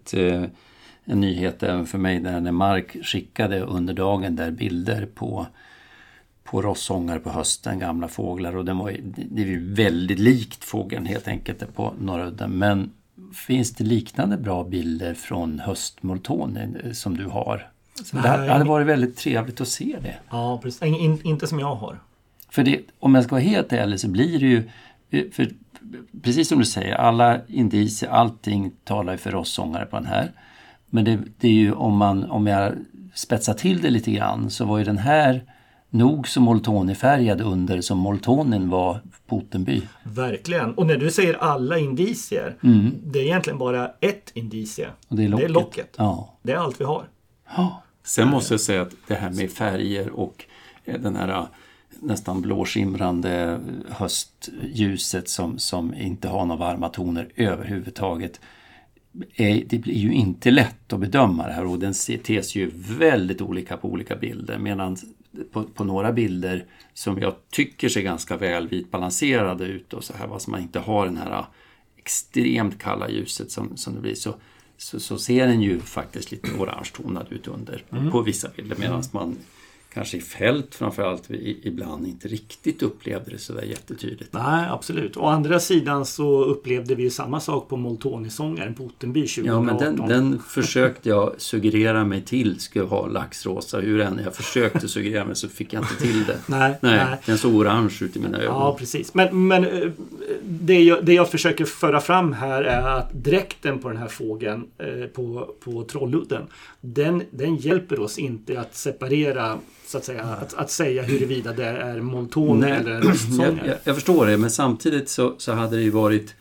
en nyhet även för mig där när Mark skickade under dagen där bilder på rossångare på hösten, gamla fåglar, och det är ju väldigt likt fågeln helt enkelt på norra udden. Men finns det liknande bra bilder från höstmoltoni som du har? Det hade varit väldigt trevligt att se det. Ja, precis. Inte som jag har. För det, om jag ska vara helt ärlig så blir det ju, för, precis som du säger, alla indicier, allting talar för rossångare på den här. Men det är ju om jag spetsar till det lite grann så var ju den här nog så moltonifärgad under som moltonin var på Ottenby. Verkligen. Och när du säger alla indicier, det är egentligen bara ett indicie. Och det är locket. Ja. Det är allt vi har. Ja. Sen måste jag säga att det här med färger och den här nästan blåskimrande höstljuset som inte har några varma toner överhuvudtaget. Det blir ju inte lätt att bedöma det här, och den ses ju väldigt olika på olika bilder, medan på några bilder som jag tycker ser ganska väl vitbalanserade ut och så här, vad som man inte har den här extremt kalla ljuset som det blir, så ser den ju faktiskt lite orange-tonad ut under på vissa bilder, medan man kanske i fält framförallt ibland inte riktigt upplevde det så där jättetydligt. Nej, absolut. Å andra sidan så upplevde vi ju samma sak på Moltoni-sångaren på Ottenby 2018. Ja, men den försökte jag suggerera mig till skulle ha laxrosa. Hur än jag försökte suggerera mig så fick jag inte till det. Nej. Den såg orange ut i mina ögon. Ja, precis. Men det jag försöker föra fram här är att dräkten på den här fågeln på Trolludden, den hjälper oss inte att separera, så att säga, att säga huruvida det är Moltoni eller en röstsångare. Jag förstår det, men samtidigt så hade det ju varit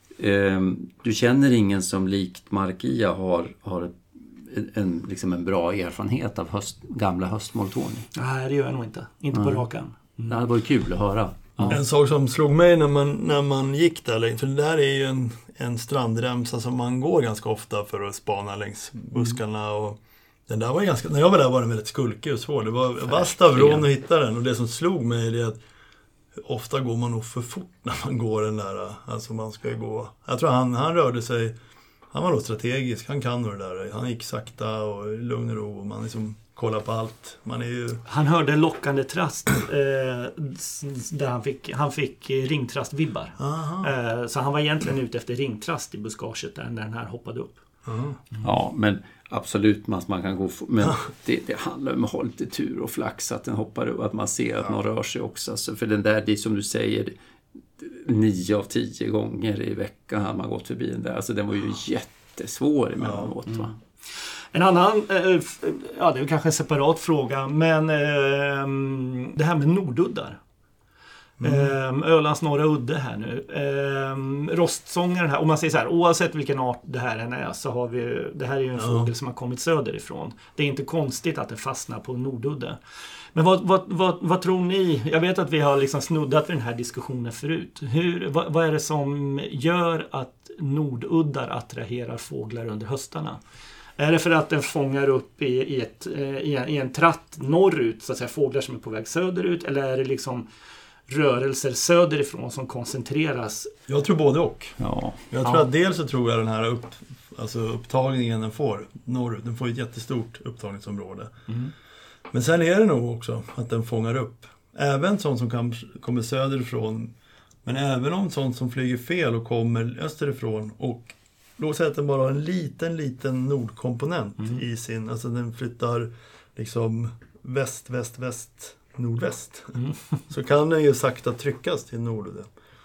du känner ingen som likt Markia har en bra erfarenhet av gamla höstmoltoni. Nej, det gör jag nog inte på rakan. Det hade varit kul att höra. Ja. En sak som slog mig när man gick där, för det där är ju en strandremsa som man går ganska ofta för att spana längs buskarna, och den där var när jag var där var den väldigt skulkig och svår. Det var stavron att hitta den, och det som slog mig är att ofta går man nog för fort när man går den där. Alltså man ska ju gå. Jag tror han rörde sig, han var nog strategisk, han kan nog det där. Han gick sakta och lugn och ro, och man liksom kollar på allt. Han hörde lockande trast där han fick ringtrast-vibbar. Så han var egentligen ute efter ringtrast i buskaget där när den här hoppade upp. Ja, men absolut, man kan gå men det handlar om att ha lite tur och flax att den hoppar upp, att man ser att någon rör sig också. Alltså, för den där, det är som du säger, 9 av 10 gånger i veckan har man gått förbi den där. Alltså den var ju jättesvår emellanåt, va? En annan, det är kanske en separat fråga, men det här med norduddar. Ölands norra udde här nu. Rostsångaren här, om man säger så här, oavsett vilken art det här än är, så har vi, det här är ju en fågel som har kommit söderifrån. Det är inte konstigt att det fastnar på nordudde. Men vad tror ni? Jag vet att vi har liksom snuddat vid den här diskussionen förut. Vad är det som gör att norduddar attraherar fåglar under höstarna? Är det för att den fångar upp i en tratt norrut, så att säga, fåglar som är på väg söderut, eller är det liksom rörelser söderifrån som koncentreras? Jag tror både och. Ja. Jag tror att dels så tror jag den här upptagningen den får norrut, den får ett jättestort upptagningsområde. Men sen är det nog också att den fångar upp även sånt som kommer söderifrån, men även om sånt som flyger fel och kommer österifrån, och låt säga att den bara har en liten nordkomponent i sin, alltså den flyttar liksom väst, nordväst. Så kan den ju sakta tryckas till nordudden.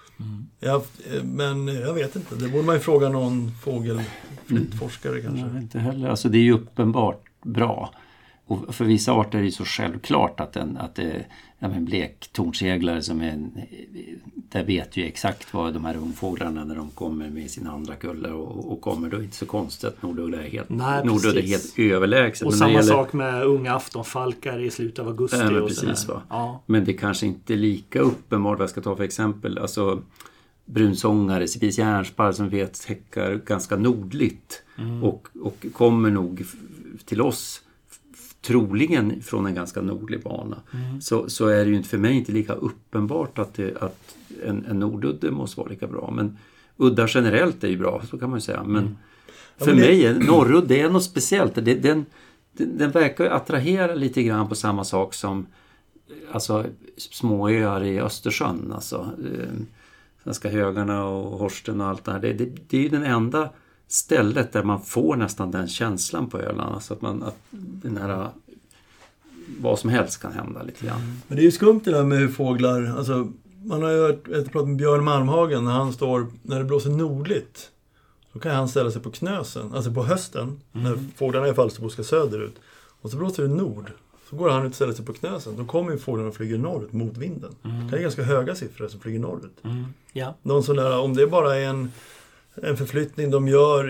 Men jag vet inte, det borde man ju fråga någon fågelflyttforskare kanske. Jag vet inte heller, alltså det är ju uppenbart bra. Och för vissa arter är det så självklart att det en blektornseglare som är, där vet ju exakt vad de här ungfåglarna när de kommer med sina andra kullar och kommer då inte så konstigt att nordudde är helt överlägset. Och samma sak med unga aftonfalkar i slutet av augusti och precis, Men det kanske inte är lika uppenbart, vad jag ska ta för exempel, alltså brunsångare, Sibis järnsparr som vet häckar ganska nordligt och kommer nog till oss troligen från en ganska nordlig bana. Så är det ju inte för mig inte lika uppenbart att en nordudde måste vara lika bra. Men uddar generellt är ju bra, så kan man ju säga. Men för mig är norrudde är något speciellt. Den verkar ju attrahera lite grann på samma sak som alltså, småöar i Östersjön. Alltså, Svenska högarna och Horsten och allt det här. Det är ju den enda stället där man får nästan den känslan på Öland, alltså att den här vad som helst kan hända lite grann. Men det är ju skumt det där med hur fåglar, alltså man har ju hört pratat med Björn Malmhagen när det blåser nordligt, så kan han ställa sig på knösen, alltså på hösten när fåglarna i Falsterbo ska söderut, och så blåser det nord, så går han ut och ställer sig på knösen, då kommer ju fåglarna och flyger norrut mot vinden. Det är ganska höga siffror som flyger norrut. Ja. Någon sån där, om det bara är en förflyttning de gör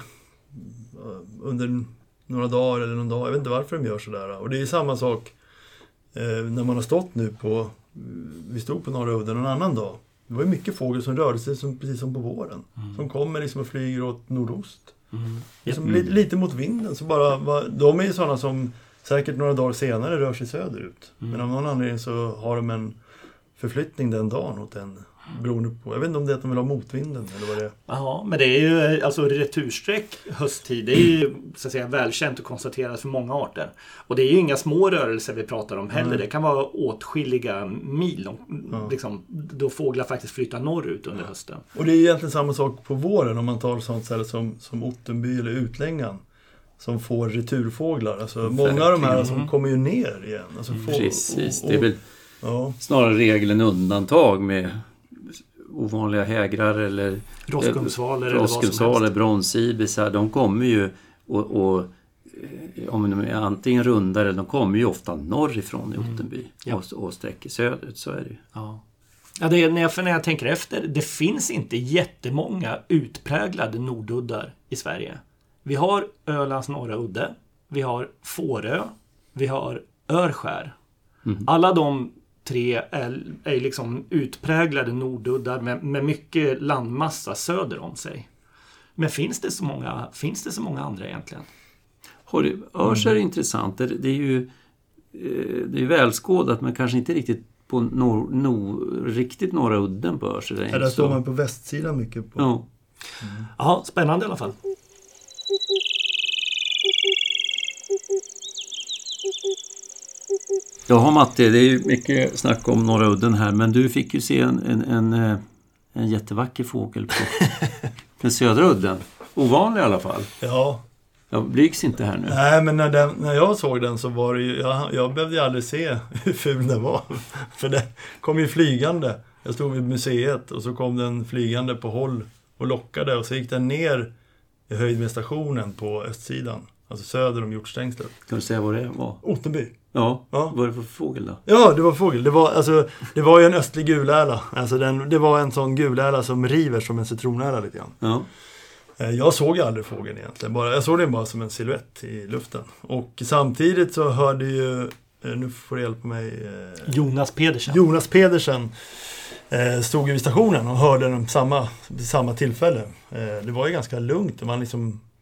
under några dagar eller någon dag. Jag vet inte varför de gör sådär. Och det är samma sak när man har stått nu vi stod på Norra udden en annan dag. Det var ju mycket fågel som rörde sig precis som på våren. Som kommer liksom och flyger åt nordost. Liksom lite mot vinden. Så de är ju sådana som säkert några dagar senare rör sig söderut. Men av någon anledning så har de en förflyttning den dagen åt en beroende på. Jag vet inte om det är att de vill ha motvinden eller vad det är. Ja, men det är ju alltså retursträck hösttid. Det är ju så att säga välkänt och konstaterat för många arter. Och det är ju inga små rörelser vi pratar om heller. Det kan vara åtskilliga mil liksom, då fåglar faktiskt flyttar norrut under hösten. Och det är egentligen samma sak på våren om man tar sånt ställe som Ottenby eller Utlängan som får returfåglar. Alltså många av de här som kommer ju ner igen. Alltså precis, det är väl snarare regel än undantag med ovanliga hägrar eller roskumsvaler, bronsibisar, de kommer ju och om de är antingen rundare eller de kommer ju ofta norrifrån i Ottenby och sträcker söderut, så är det ju. Ja, det är när jag tänker efter, det finns inte jättemånga utpräglade norduddar i Sverige. Vi har Ölands norra udde, vi har Fårö, vi har Örskär. Alla de tre är liksom utpräglade norduddar med mycket landmassa söder om sig. Men finns det så många andra egentligen? Örs är intressant. Det är ju välskådat, men kanske inte riktigt på riktigt norra udden på Örs. Där står man på västsidan mycket på. Ja, spännande i alla fall. Ja, Matti, det är ju mycket snack om norra udden här, men du fick ju se en jättevacker fågel på den södra udden. Ovanlig i alla fall. Ja. Jag blygs inte här nu. Nej, men när jag såg den så var det ju, jag behövde ju aldrig se hur ful den var. För det kom ju flygande. Jag stod vid museet och så kom den flygande på håll och lockade, och så gick den ner i höjd med stationen på östsidan. Alltså söder om hjortstängslet. Kan du säga vad det var? Ottenby. Ja, vad var det för fågel då? Ja, det var fågel. Det var ju en östlig gulärla. Alltså det var en sån gulärla som river som en citronärla lite grann. Ja. Jag såg aldrig fågeln egentligen. Jag såg den bara som en silhuett i luften. Och samtidigt så hörde ju, nu får du hjälpa mig, Jonas Pedersen stod vid stationen och hörde den samma tillfälle. Det var ju ganska lugnt.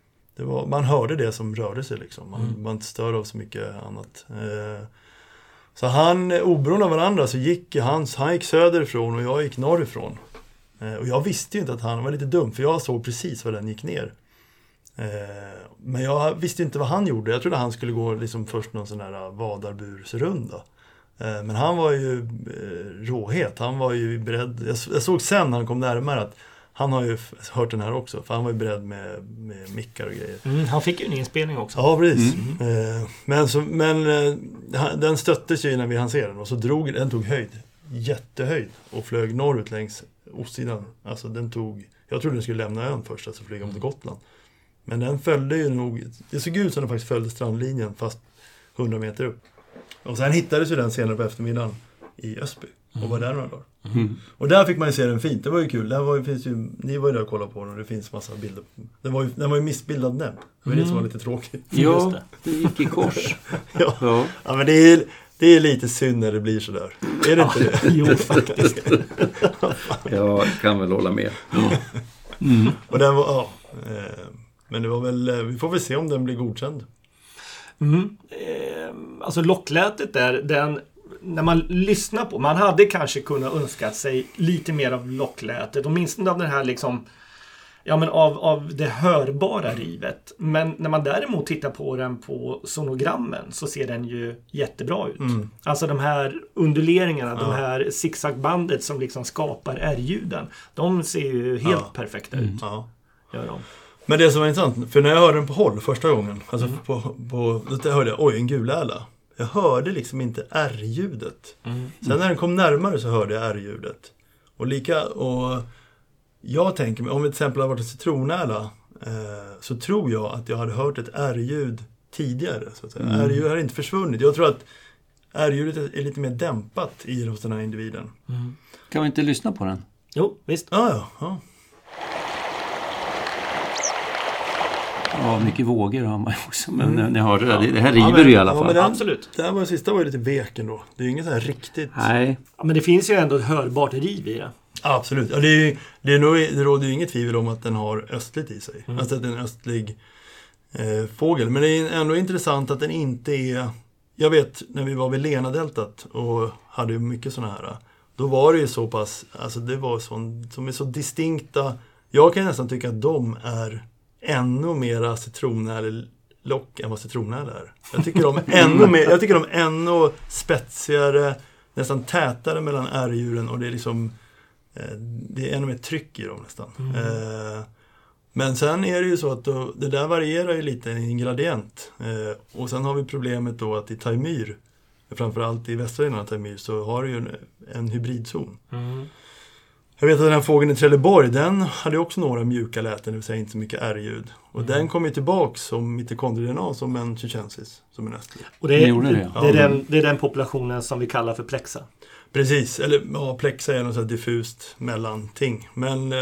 Man hörde det som rörde sig liksom. Man var inte störd av så mycket annat. Så han, oberoende av varandra, så gick han gick söderifrån och jag gick norrifrån. Och jag visste ju inte att han var lite dum, för jag såg precis var den gick ner. Men jag visste inte vad han gjorde. Jag trodde han skulle gå liksom först någon sån här vadarbursrunda. Men han var ju råhet. Han var ju beredd. Jag såg sen när han kom närmare att han har ju hört den här också. För han var ju beredd med mickar och grejer. Han fick ju en inspelning också. Ja, precis. Men den stöttes ju när vi hann se den. Och så den tog höjd. Jättehöjd. Och flög norrut längs ostsidan. Alltså jag trodde den skulle lämna ön först. Alltså flyga mot Gotland. Men den följde ju nog. Det såg ut som den faktiskt följde strandlinjen fast 100 meter upp. Och sen hittades ju den senare på eftermiddagen i Ösby. Och var där några dagar. Och där fick man ju se den fint. Det var ju kul. Ni var ju där och kollade på den och det finns massa bilder. Den var ju missbildad näbb. Det var det som var lite tråkigt. Ja, det gick i kors. ja, men det är lite synd när det blir sådär. Är det inte det? Jo, faktiskt. Jag kan väl hålla med. Och den var, men det var väl, vi får väl se om den blir godkänd. Alltså locklätet där, när man lyssnar på, man hade kanske kunnat önska sig lite mer av locklätet, åtminstone av den här liksom, ja men av det hörbara rivet. Men när man däremot tittar på den på sonogrammen så ser den ju jättebra ut. Alltså de här unduleringarna, de här zigzagbandet som liksom skapar R-ljuden, de ser ju helt perfekta ut. Gör de. Men det som var intressant, för när jag hörde den på håll första gången, alltså då hörde jag, oj, en guläla. Jag hörde liksom inte R-ljudet. Sen när den kom närmare så hörde jag R-ljudet. Och jag tänker mig, om det till exempel har varit en citronäla, så tror jag att jag hade hört ett R-ljud tidigare. Så att säga. R-ljud har inte försvunnit. Jag tror att R-ljudet är lite mer dämpat hos den här individen. Kan vi inte lyssna på den? Jo, visst. Ja. Ja, mycket vågor har man också. Men ni hörde det här river i alla fall. Absolut. Det här var sista var ju lite vek ändå. Det är ju inget så här riktigt. Nej. Ja, men det finns ju ändå ett hörbart riv i det. Absolut. Ja, det råder ju inget tvivel om att den har östligt i sig. Alltså att det är en östlig fågel. Men det är ändå intressant att den inte är. Jag vet när vi var vid Lena-deltat och hade mycket såna här. Då var det ju så pass. Alltså det var som är så distinkta. Jag kan nästan tycka att de är ännu mera citronärlock än vad citronärl är. Jag tycker de är ännu spetsigare, nästan tätare mellan R-djuren och det är liksom det är ännu mer tryck i dem nästan. Men sen är det ju så att det där varierar ju lite i en gradient. Och sen har vi problemet då att i Taimyr, framförallt i västra delen av Taimyr, så har det ju en hybridzon. Jag vet att den här fågeln i Trelleborg, den hade också några mjuka läten, det vill säga inte så mycket R-ljud. Och den kom ju tillbaka som mitokondrie-DNA, som en tjurtjensis, som en östlig. Och det är den populationen som vi kallar för plexa. Precis, eller ja, plexa är något så här diffust mellanting. Men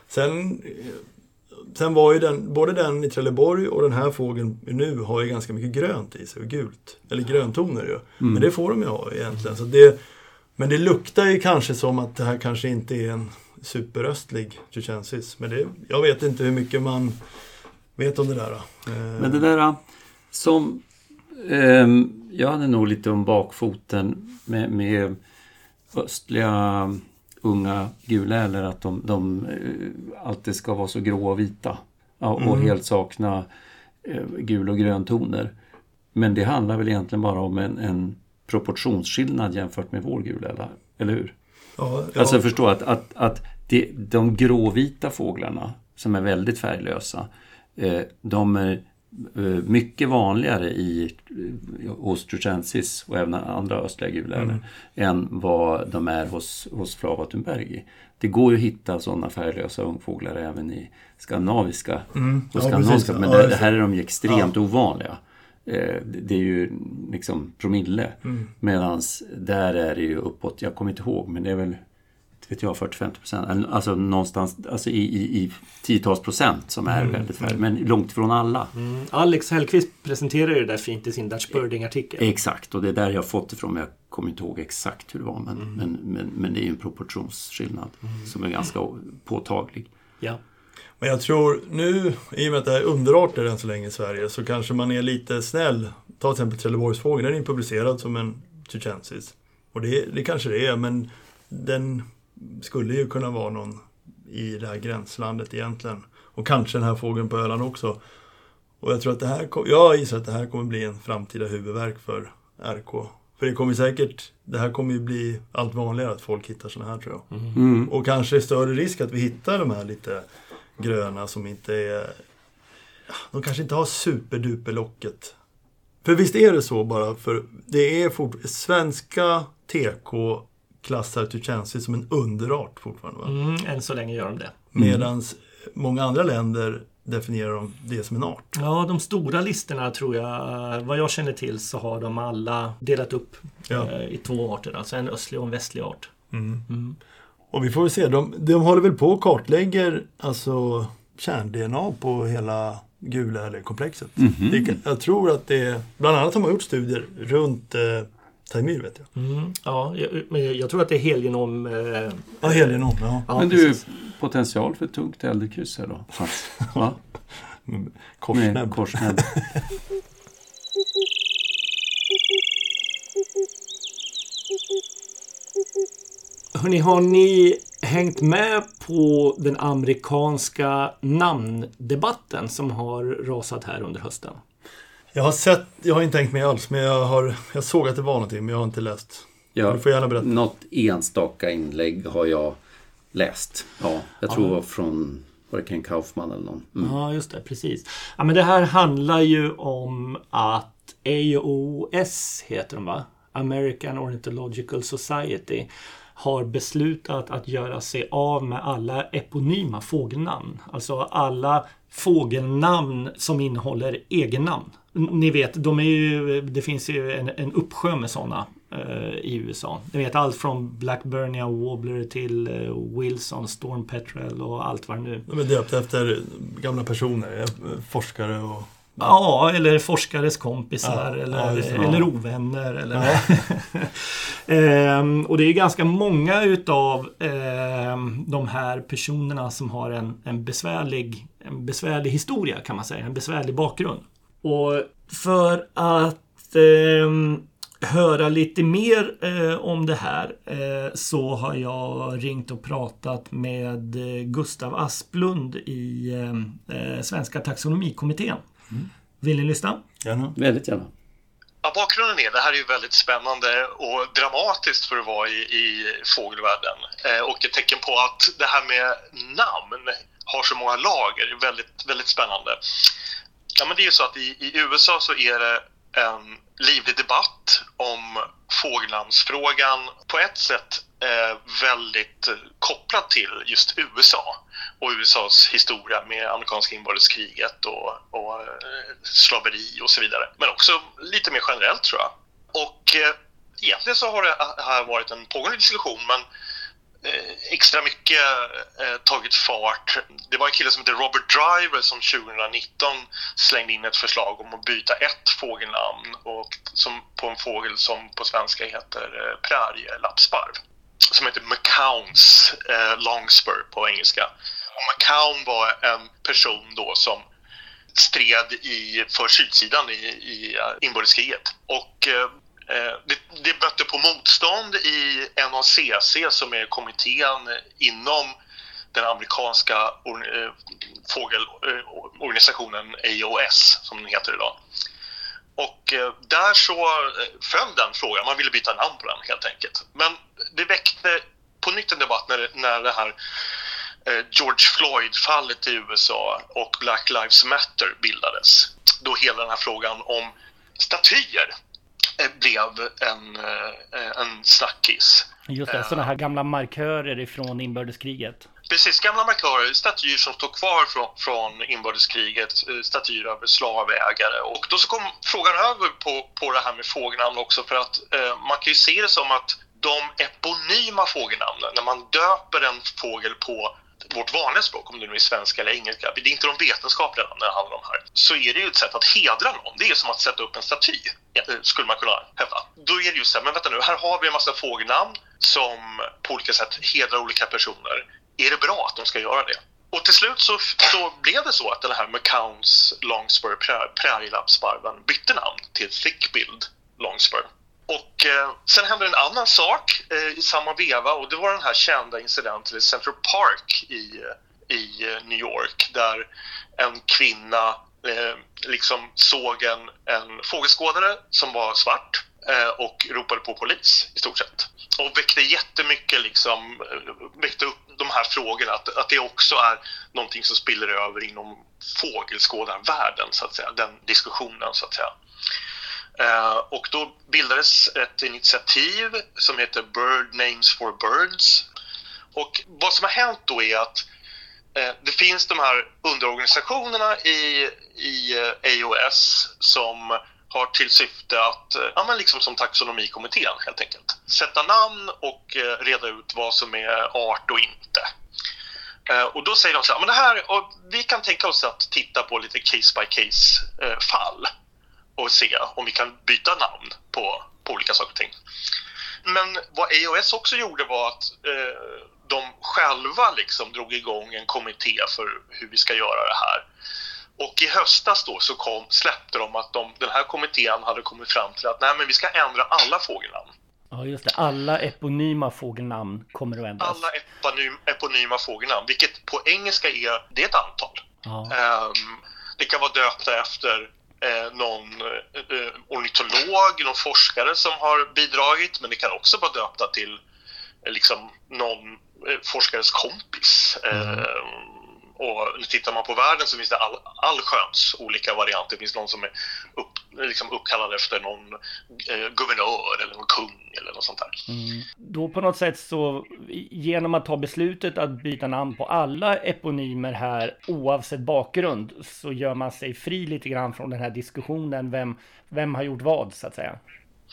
sen var ju både den i Trelleborg och den här fågeln nu har ju ganska mycket grönt i sig och gult. Eller gröntoner ju. Men det får de ju ha egentligen. Så men det luktar ju kanske som att det här kanske inte är en superöstlig tjurtjensis. Men jag vet inte hur mycket man vet om det där. Men det där som jag hade nog lite om bakfoten med östliga unga guläler, att de alltid ska vara så grå och vita och helt sakna gul och gröntoner. Men det handlar väl egentligen bara om en proportionsskillnad jämfört med vår guläla, eller hur? Ja. Alltså förstå att de gråvita fåglarna som är väldigt färglösa, de är mycket vanligare hos tjurtjensis och även andra östliga guläler än vad de är hos Flava thunbergi. Det går ju att hitta sådana färglösa ungfåglar även i skandinaviska men det här är de ju extremt ovanliga. Det är ju liksom promille, medans där är det ju uppåt, jag kommer inte ihåg, men det är väl 40-50%, alltså någonstans, alltså i 10-tals procent som är väldigt färdigt, men långt ifrån alla. Alex Hellqvist presenterar ju det där fint i sin Dutch Birding-artikel. Exakt, och det är där jag har fått ifrån, men jag kommer inte ihåg exakt hur det var, men det är ju en proportionsskillnad som är ganska påtaglig. Ja. Men jag tror nu, i och med att det är underarter än så länge i Sverige, så kanske man är lite snäll. Ta till exempel Trelleborgsfågeln, den är publicerad som en Tuchensis. Och det kanske det är, men den skulle ju kunna vara någon i det här gränslandet egentligen. Och kanske den här fågeln på Öland också. Och jag tror att jag gissar att det här kommer bli en framtida huvudverk för RK. För det här kommer ju bli allt vanligare att folk hittar såna här, tror jag. Mm. Och kanske större risk att vi hittar de här lite gröna som inte är... De kanske inte har superduperlocket. För visst är det så bara, för det är svenska TK klassar Tuchensis som en underart fortfarande, va? Än så länge gör de det. Medans många andra länder definierar de det som en art. Ja, de stora listorna tror jag, vad jag känner till så har de alla delat upp i 2 arter. Alltså en östlig och en västlig art. Och vi får väl se, de håller väl på och kartlägger alltså kärn-DNA på hela gula eller komplexet. Jag tror att det, bland annat har man gjort studier runt Taimyr, vet jag. Ja, jag tror att det är helgenom. Helgenom, ja. Men du, potential för tungt eldekryss här då? Ja. Korsnäbb. Hörrni, har ni hängt med på den amerikanska namndebatten som har rasat här under hösten? Jag har inte tänkt med alls, men jag såg att det var någonting, men jag har inte läst. Ja, du får gärna berätta. Något enstaka inlägg har jag läst. Ja, jag tror det var från Ken Kaufman eller någon. Ja, just det, precis. Ja, men det här handlar ju om att AOS heter de, va? American Ornithological Society har beslutat att göra sig av med alla eponyma fågelnamn. Alltså alla fågelnamn som innehåller egennamn. Ni vet, det finns ju en uppsjö med sådana i USA. Ni vet allt från Blackburnia Warbler till Wilson, Storm Petrel och allt vad det nu. De är döpta efter gamla personer, forskare och... Ja, eller forskares kompisar eller ovänner. Eller och det är ganska många utav de här personerna som har en besvärlig historia, kan man säga. En besvärlig bakgrund. Och för att höra lite mer om det här så har jag ringt och pratat med Gustav Asplund i Svenska taxonomikommittén. Vill ni lyssna? Gärna. Väldigt gärna. Ja, bakgrunden är, det här är ju väldigt spännande och dramatiskt för att vara i fågelvärlden. Och ett tecken på att det här med namn har så många lager är väldigt, väldigt spännande. Ja, men det är ju så att i USA så är det en livlig debatt om fågelnamnsfrågan på ett sätt väldigt kopplad till just USA och USAs historia med amerikanska inbördeskriget och slaveri och så vidare. Men också lite mer generellt, tror jag. Och egentligen så har det här varit en pågående diskussion, men extra mycket tagit fart. Det var en kille som heter Robert Driver som 2019 slängde in ett förslag om att byta ett fågelnamn på en fågel som på svenska heter prärielappsparv, som heter McCown's longspur på engelska. Och McCown var en person då som stred för sydsidan i inbördeskriget. Och det mötte på motstånd i NACC, som är kommittén inom den amerikanska fågelorganisationen AOS, som den heter idag. Och där så föll den frågan, man ville byta namn på den helt enkelt. Men det väckte på nytt en debatt när det här George Floyd-fallet i USA och Black Lives Matter bildades. Då hela den här frågan om statyer blev en snackis. Just det, sådana här gamla markörer ifrån inbördeskriget. Precis, gamla markörer, statyer som står kvar från inbördeskriget, statyer över slavägare. Och då så kom frågan över på det här med fågelnamn också, för att man kan ju se det som att de eponyma fågelnamnen, när man döper en fågel på vårt vanliga språk, om det nu är svenska eller engelska, det är inte de vetenskapliga namnen det handlar om här, så är det ju ett sätt att hedra någon. Det är som att sätta upp en staty, skulle man kunna hävda. Då är det ju så här, men vänta nu, här har vi en massa fågelnamn som på olika sätt hedrar olika personer. Är det bra att de ska göra det? Och till slut så blev det så att den här McCown's longspur, prärielappsparven, bytte namn till thick-billed longspur. Och sen hände en annan sak i samma veva, och det var den här kända incidenten i Central Park i New York, där en kvinna liksom såg en fågelskådare som var svart och ropade på polis i stort sett. Och väckte jättemycket väckte upp de här frågorna, att det också är någonting som spiller över inom fågelskådarvärlden, så att säga, den diskussionen, så att säga. Och då bildades ett initiativ som heter Bird Names for Birds. Och vad som har hänt då är att det finns de här underorganisationerna i AOS som har till syfte att, liksom som taxonomikommittén helt enkelt, sätta namn och reda ut vad som är art och inte. Och då säger de så här, men det här, och vi kan tänka oss att titta på lite case by case fall och se om vi kan byta namn på olika saker och ting. Men vad AOS också gjorde var att de själva liksom drog igång en kommitté för hur vi ska göra det här. Och i höstas då så släppte de att den här kommittén hade kommit fram till att men vi ska ändra alla fågelnamn. Ja, just det. Alla eponyma fågelnamn kommer att ändras. Alla eponyma fågelnamn, vilket på engelska det är ett antal. Ja. Det kan vara döpta efter någon ornitolog, någon forskare som har bidragit, men det kan också vara döpta till liksom någon forskares kompis. Och tittar man på världen så finns det allsköns olika varianter. Det finns någon som är uppkallad efter någon guvernör eller någon kung eller något sånt där. Då på något sätt så, genom att ta beslutet att byta namn på alla eponymer här oavsett bakgrund, så gör man sig fri lite grann från den här diskussionen. Vem har gjort vad, så att säga?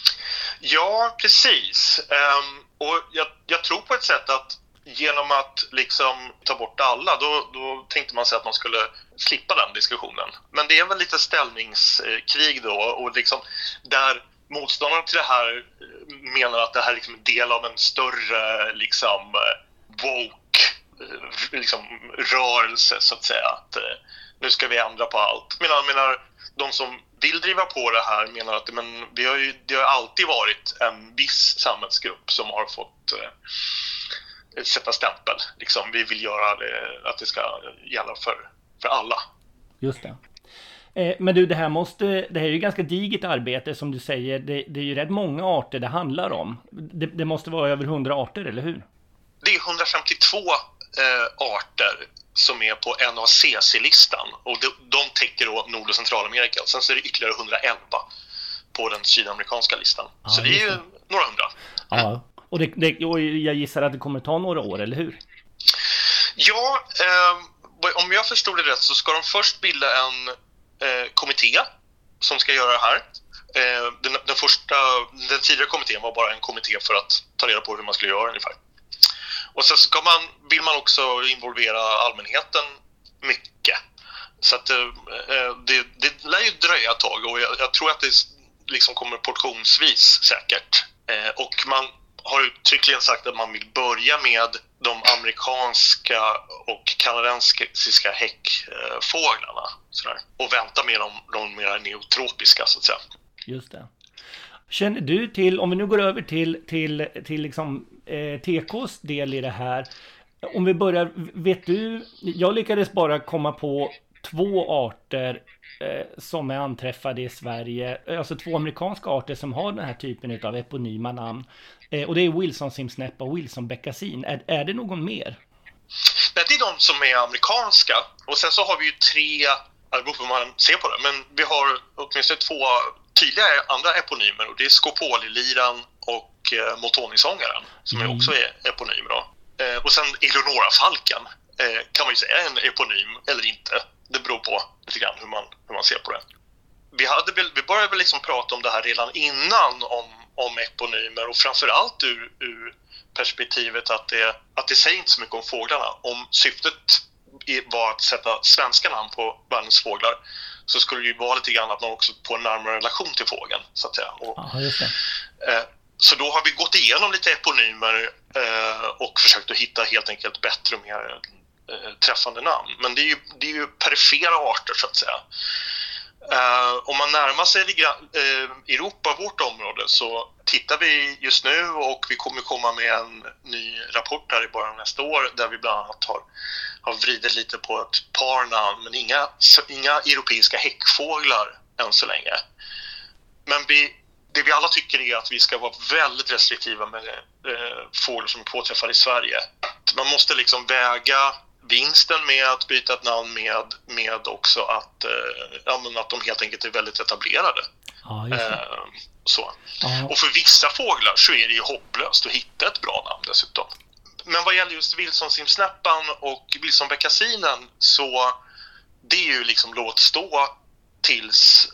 Ja, precis. Och jag tror på ett sätt att genom att liksom ta bort alla, då tänkte man sig att man skulle slippa den diskussionen. Men det är väl lite ställningskrig då, och liksom där motståndarna till det här menar att det här är liksom en del av en större liksom woke liksom rörelse, så att säga, att nu ska vi ändra på allt. Menar de som vill driva på det här menar att det har alltid varit en viss samhällsgrupp som har fått sätta stämpel. Liksom, vi vill göra det, att det ska gälla för alla. Just det. Men du, det här är ju ganska digert arbete som du säger. Det är ju rätt många arter det handlar om. Det måste vara över 100 arter, eller hur? Det är 152 arter som är på NACC-listan. Och de täcker då Nord- och Centralamerika. Sen så är det ytterligare 111 på den sydamerikanska listan. Så det är ju några hundra. Ja. Och jag gissar att det kommer ta några år, eller hur? Ja, om jag förstod det rätt så ska de först bilda en kommitté som ska göra det här. Den tidigare kommittén var bara en kommitté för att ta reda på hur man skulle göra ungefär. Och så vill man också involvera allmänheten mycket. Så att det lär ju dröja ett tag, och jag tror att det liksom kommer portionsvis säkert. Och man har uttryckligen sagt att man vill börja med de amerikanska och kanadensiska häckfåglarna och vänta med de mer neotropiska, så att säga. Just det. Känner du till, om vi nu går över till liksom, TKs del i det här, om vi börjar, vet du, jag lyckades bara komma på 2 arter som är anträffade i Sverige, alltså 2 amerikanska arter som har den här typen av eponyma namn. Och det är Wilson simsnäppa och Wilson beckasin. Är det någon mer? Nej, det är de som är amerikanska. Och sen så har vi ju 3, det beror på hur man ser på det, men vi har åtminstone 2 tydliga andra eponymer. Och det är Skopoliliran och Motonisångaren, som är också är eponymer då. Och sen Eleonora-falken kan man ju säga är en eponym eller inte. Det beror på lite grann hur man ser på det. Vi började väl liksom prata om det här redan innan om eponymer, och framförallt ur perspektivet att det säger inte så mycket om fåglarna. Om syftet var att sätta svenska namn på världens fåglar, så skulle det ju vara lite grann att man också får en närmare relation till fågeln, så att säga. Just det. Så då har vi gått igenom lite eponymer och försökt att hitta helt enkelt bättre och mer träffande namn. Men det är ju perifera arter, så att säga. Om man närmar sig Europa, vårt område, så tittar vi just nu och vi kommer komma med en ny rapport här i början av nästa år där vi bland annat har vridit lite på ett par namn, men inga europeiska häckfåglar än så länge. Men det vi alla tycker är att vi ska vara väldigt restriktiva med fåglar som är påträffade i Sverige. Man måste liksom väga vinsten med att byta ett namn med också att de helt enkelt är väldigt etablerade. Ja, just det. Så. Ja. Och för vissa fåglar så är det ju hopplöst att hitta ett bra namn dessutom. Men vad gäller just Wilson-simsnäppan och Wilson-beckasinen, så det är ju liksom låt stå tills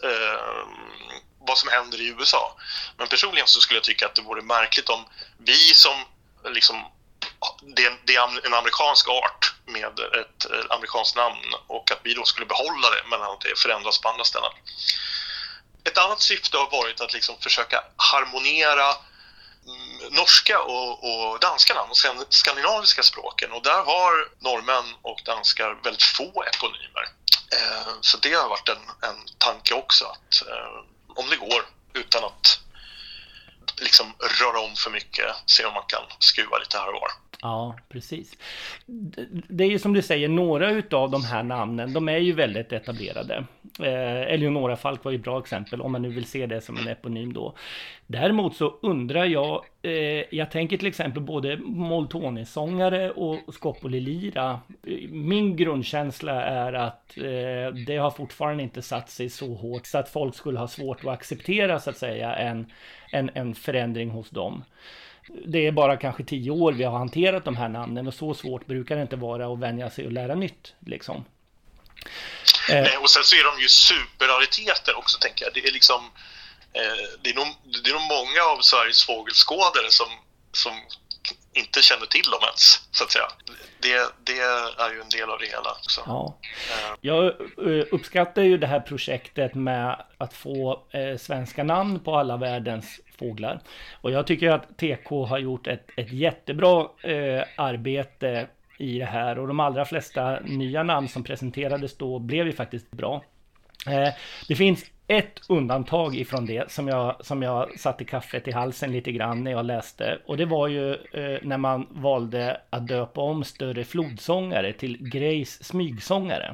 vad som händer i USA. Men personligen så skulle jag tycka att det vore märkligt om vi som liksom, det är en amerikansk art med ett amerikanskt namn, och att vi då skulle behålla det men att det förändras på andra ställen. Ett annat syfte har varit att liksom försöka harmonera norska och danska namn och skandinaviska språken, och där har norrmän och danskar väldigt få eponymer. Så det har varit en tanke också, att om det går utan att liksom röra om för mycket, se om man kan skruva lite här och var. Ja, precis. Det är ju som du säger, några utav de här namnen, de är ju väldigt etablerade. Eleonora Falk var ju ett bra exempel, om man nu vill se det som en eponym då. Däremot så undrar jag tänker till exempel både Moltoni-sångare och Scopoli Lira. Min grundkänsla är att det har fortfarande inte satt sig så hårt så att folk skulle ha svårt att acceptera, så att säga, en förändring hos dem. Det är bara kanske 10 år vi har hanterat de här namnen, och så svårt brukar det inte vara att vänja sig och lära nytt liksom. Och sen så är de ju superrariteter också, tänker jag. Det är liksom det är nog många av Sveriges fågelskådare som inte känner till dem ens, så att säga. Det är ju en del av det hela också. Ja. Jag uppskattar ju det här projektet med att få svenska namn på alla världens fåglar. Och jag tycker att TK har gjort ett jättebra arbete i det här. Och de allra flesta nya namn som presenterades då blev ju faktiskt bra. Det finns ett undantag ifrån det som jag satte kaffet i halsen lite grann när jag läste. Och det var ju när man valde att döpa om Större flodsångare till Greis smygsångare.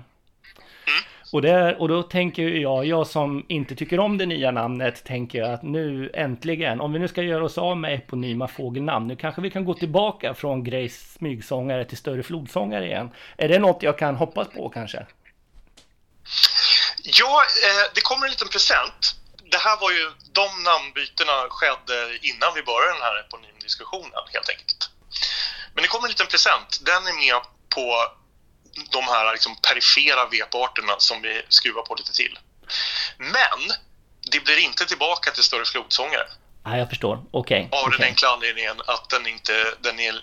Och då tänker jag som inte tycker om det nya namnet, tänker jag att nu äntligen, om vi nu ska göra oss av med eponyma fågelnamn, nu kanske vi kan gå tillbaka från Greis smygsångare till Större flodsångare igen. Är det något jag kan hoppas på kanske? Ja, det kommer en liten present. Det här var ju, de namnbytena skedde innan vi började den här eponymdiskussionen helt enkelt. Men det kommer en liten present. Den är med på de här liksom perifera veparterna som vi skruvar på lite till. Men det blir inte tillbaka till Större flodsångare. Ja, jag förstår. Okej. Av den enkla anledningen att den är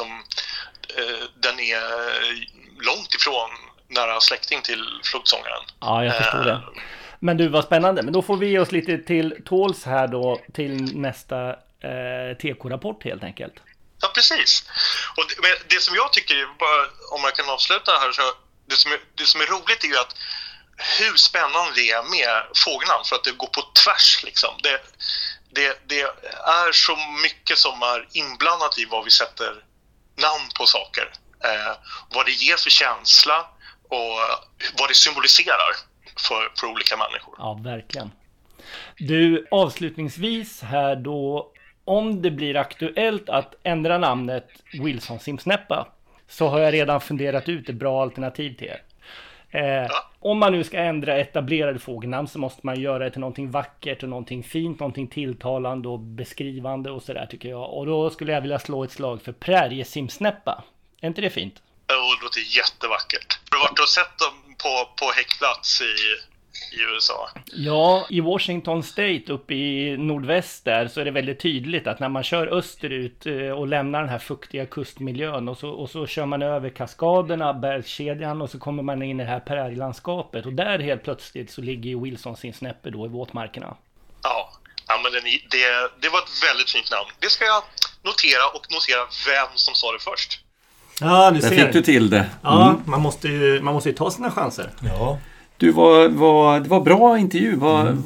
långt ifrån nära släkting till flodsångaren. Ja, jag förstår det. Men du, vad spännande. Men då får vi ge oss lite till tåls här då till nästa TK-rapport helt enkelt. Ja, precis. Och det som jag tycker, bara om jag kan avsluta här, så det som är roligt är ju att hur spännande det är med fågelnamn, för att det går på tvärs liksom. Det är så mycket som är inblandat i vad vi sätter namn på saker. Vad det ger för känsla och vad det symboliserar för olika människor. Ja, verkligen. Du, avslutningsvis här då, om det blir aktuellt att ändra namnet Wilson-simsnäppa, så har jag redan funderat ut ett bra alternativ till er. Om man nu ska ändra etablerade fågelnamn så måste man göra det till någonting vackert och någonting fint, någonting tilltalande och beskrivande och sådär, tycker jag. Och då skulle jag vilja slå ett slag för präriesimsnäppa. Är inte det fint? Det låter jättevackert. Har du varit och sett dem på häckplats i USA? Ja, i Washington State uppe i nordväst där så är det väldigt tydligt att när man kör österut och lämnar den här fuktiga kustmiljön och så kör man över kaskaderna, bergskedjan, och så kommer man in i det här prärielandskapet, och där helt plötsligt så ligger ju Wilson-simsnäppe då i våtmarkerna. Ja, men det var ett väldigt fint namn. Det ska jag notera vem som sa det först. Ja, du ser. Där fick du till det. Ja, man måste ju ta sina chanser. Ja. Du det var bra intervju.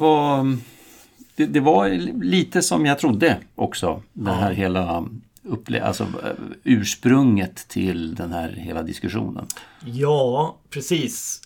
Det var lite som jag trodde också. Det här hela alltså ursprunget till den här hela diskussionen. Ja, precis.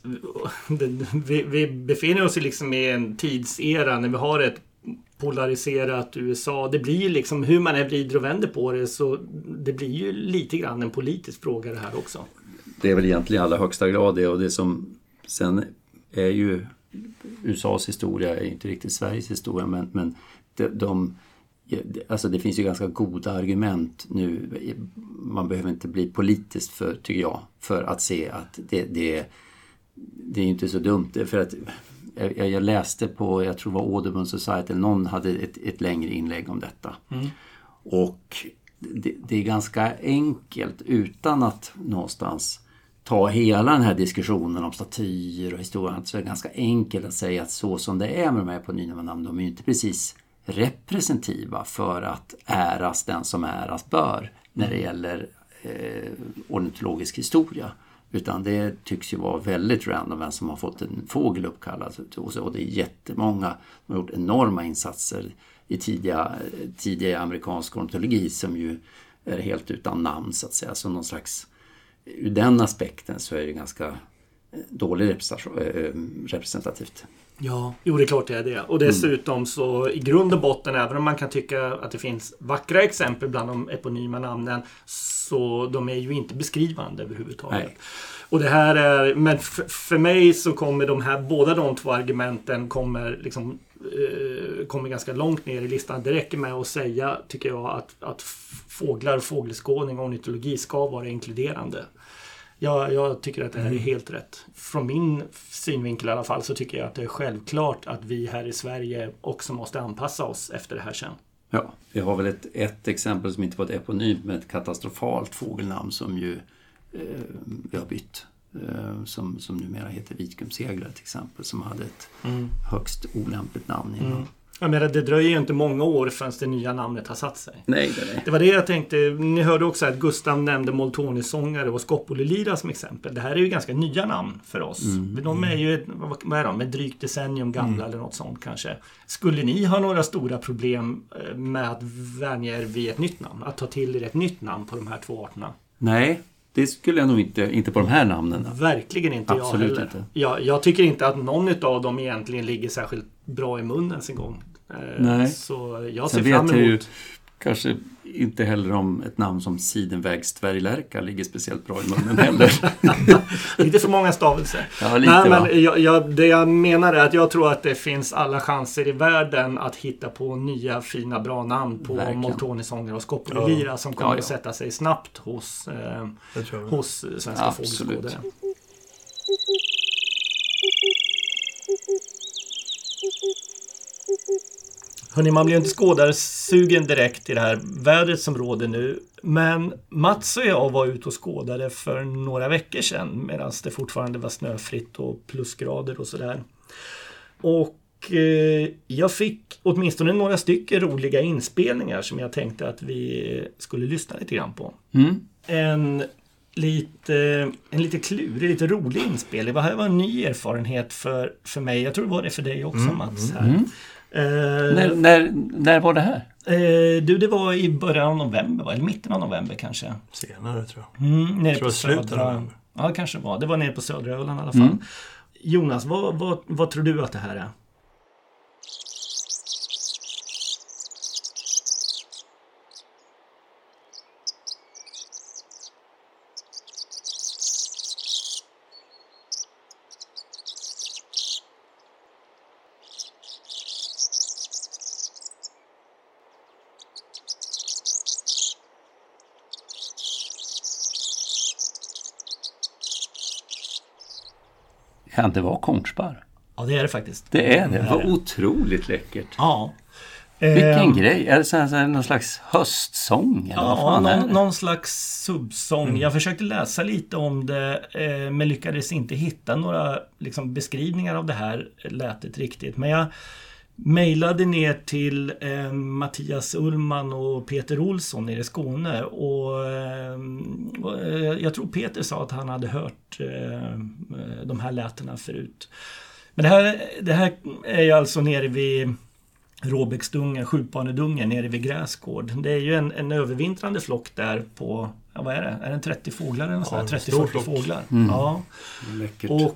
Vi befinner oss liksom i en tidsera när vi har ett polariserat USA. Det blir liksom, hur man är vrider och vänder på det, så det blir ju lite grann en politisk fråga det här också. Det är väl egentligen i allra högsta grad det, och det som sen är ju USAs historia är inte riktigt Sveriges historia, men alltså det finns ju ganska goda argument nu. Man behöver inte bli politiskt tycker jag, för att se att det är inte så dumt. För att jag läste på, jag tror det var Audubon Society, någon hade ett längre inlägg om detta. Och det är ganska enkelt, utan att någonstans ta hela den här diskussionen om statyer och historien, så är det ganska enkelt att säga att så som det är med de här eponyma-namn, de är ju inte precis representativa för att äras den som äras bör när det gäller ornitologisk historia. Utan det tycks ju vara väldigt random vem som har fått en fågel uppkallad. Och det är jättemånga som har gjort enorma insatser i tidiga amerikansk ornitologi som ju är helt utan namn så att säga. Så någon slags, ur den aspekten så är det ganska dålig representativt. Ja, jo det är klart det är det. Och dessutom så i grund och botten, även om man kan tycka att det finns vackra exempel bland de eponyma namnen, så de är ju inte beskrivande överhuvudtaget. Nej. Och det här är, men för mig så kommer båda de två argumenten kommer ganska långt ner i listan. Det räcker med att säga, tycker jag, att fåglar, fågelskådning och ornitologi ska vara inkluderande. Jag tycker att det här är helt rätt. Från min synvinkel i alla fall så tycker jag att det är självklart att vi här i Sverige också måste anpassa oss efter det här sen. Ja, vi har väl ett exempel som inte var ett eponymt, med ett katastrofalt fågelnamn som ju vi har bytt. Som numera heter vitkumseglare till exempel, som hade ett högst olämpligt namn innan. Jag menar, det dröjer ju inte många år förrän det nya namnet har satt sig. Nej. Det var det jag tänkte. Ni hörde också att Gustav nämnde Moltoni-sångare och Skopolilira som exempel. Det här är ju ganska nya namn för oss. De är ju ett drygt decennium gamla eller något sånt kanske. Skulle ni ha några stora problem med att vänja er vid ett nytt namn? Att ta till er ett nytt namn på de här två arterna? Nej, det skulle jag nog inte på de här namnen. Verkligen inte. Absolut jag heller. Inte. Jag tycker inte att någon av dem egentligen ligger särskilt bra i munnen en gång. Nej. Så jag ser Sen fram vet jag ju emot. kanske inte heller om ett namn som Sidenvägsdvärglärka ligger speciellt bra i munnen heller. Lite för många stavelser. Ja, lite, men det jag menar är att jag tror att det finns alla chanser i världen att hitta på nya fina bra namn på Moltoni-sångare och Skopolira som kommer att sätta sig snabbt hos svenska fågelskådare. Hörrni, man blir ju inte skådarsugen direkt i det här vädret som råder nu. Men Mats och jag var ute och skådade för några veckor sedan medan det fortfarande var snöfritt och plusgrader och sådär. Och jag fick åtminstone några stycken roliga inspelningar som jag tänkte att vi skulle lyssna lite grann på. En lite klurig, lite rolig inspelning. Det här var en ny erfarenhet för mig. Jag tror det var det för dig också, Mats. Här. När var det här? Det var i början av november, eller mitten av november kanske. Senare tror jag. Nere på södra. Ja, kanske var. Det var nere på södra Öland i alla fall. Jonas, vad tror du att det här är? Kan det vara kornsparr? Ja, det är det faktiskt. Det är det. Det var otroligt läckert. Ja. Vilken grej. Är det så här någon slags höstsång? Eller vad fan är det? Någon slags subsång. Jag försökte läsa lite om det, men lyckades inte hitta några beskrivningar av det här lätet riktigt. Men mejlade ner till Mattias Ullman och Peter Olsson nere i Skåne och jag tror Peter sa att han hade hört de här lätena förut. Men det här är ju alltså nere vid Råbäcksdungen, Skjutbanedungen nere vid Gräsgård. Det är ju en övervintrande flock där på, vad är det? Är det 30 fåglar eller så? 30-40 fåglar. Ja. Läckert. Och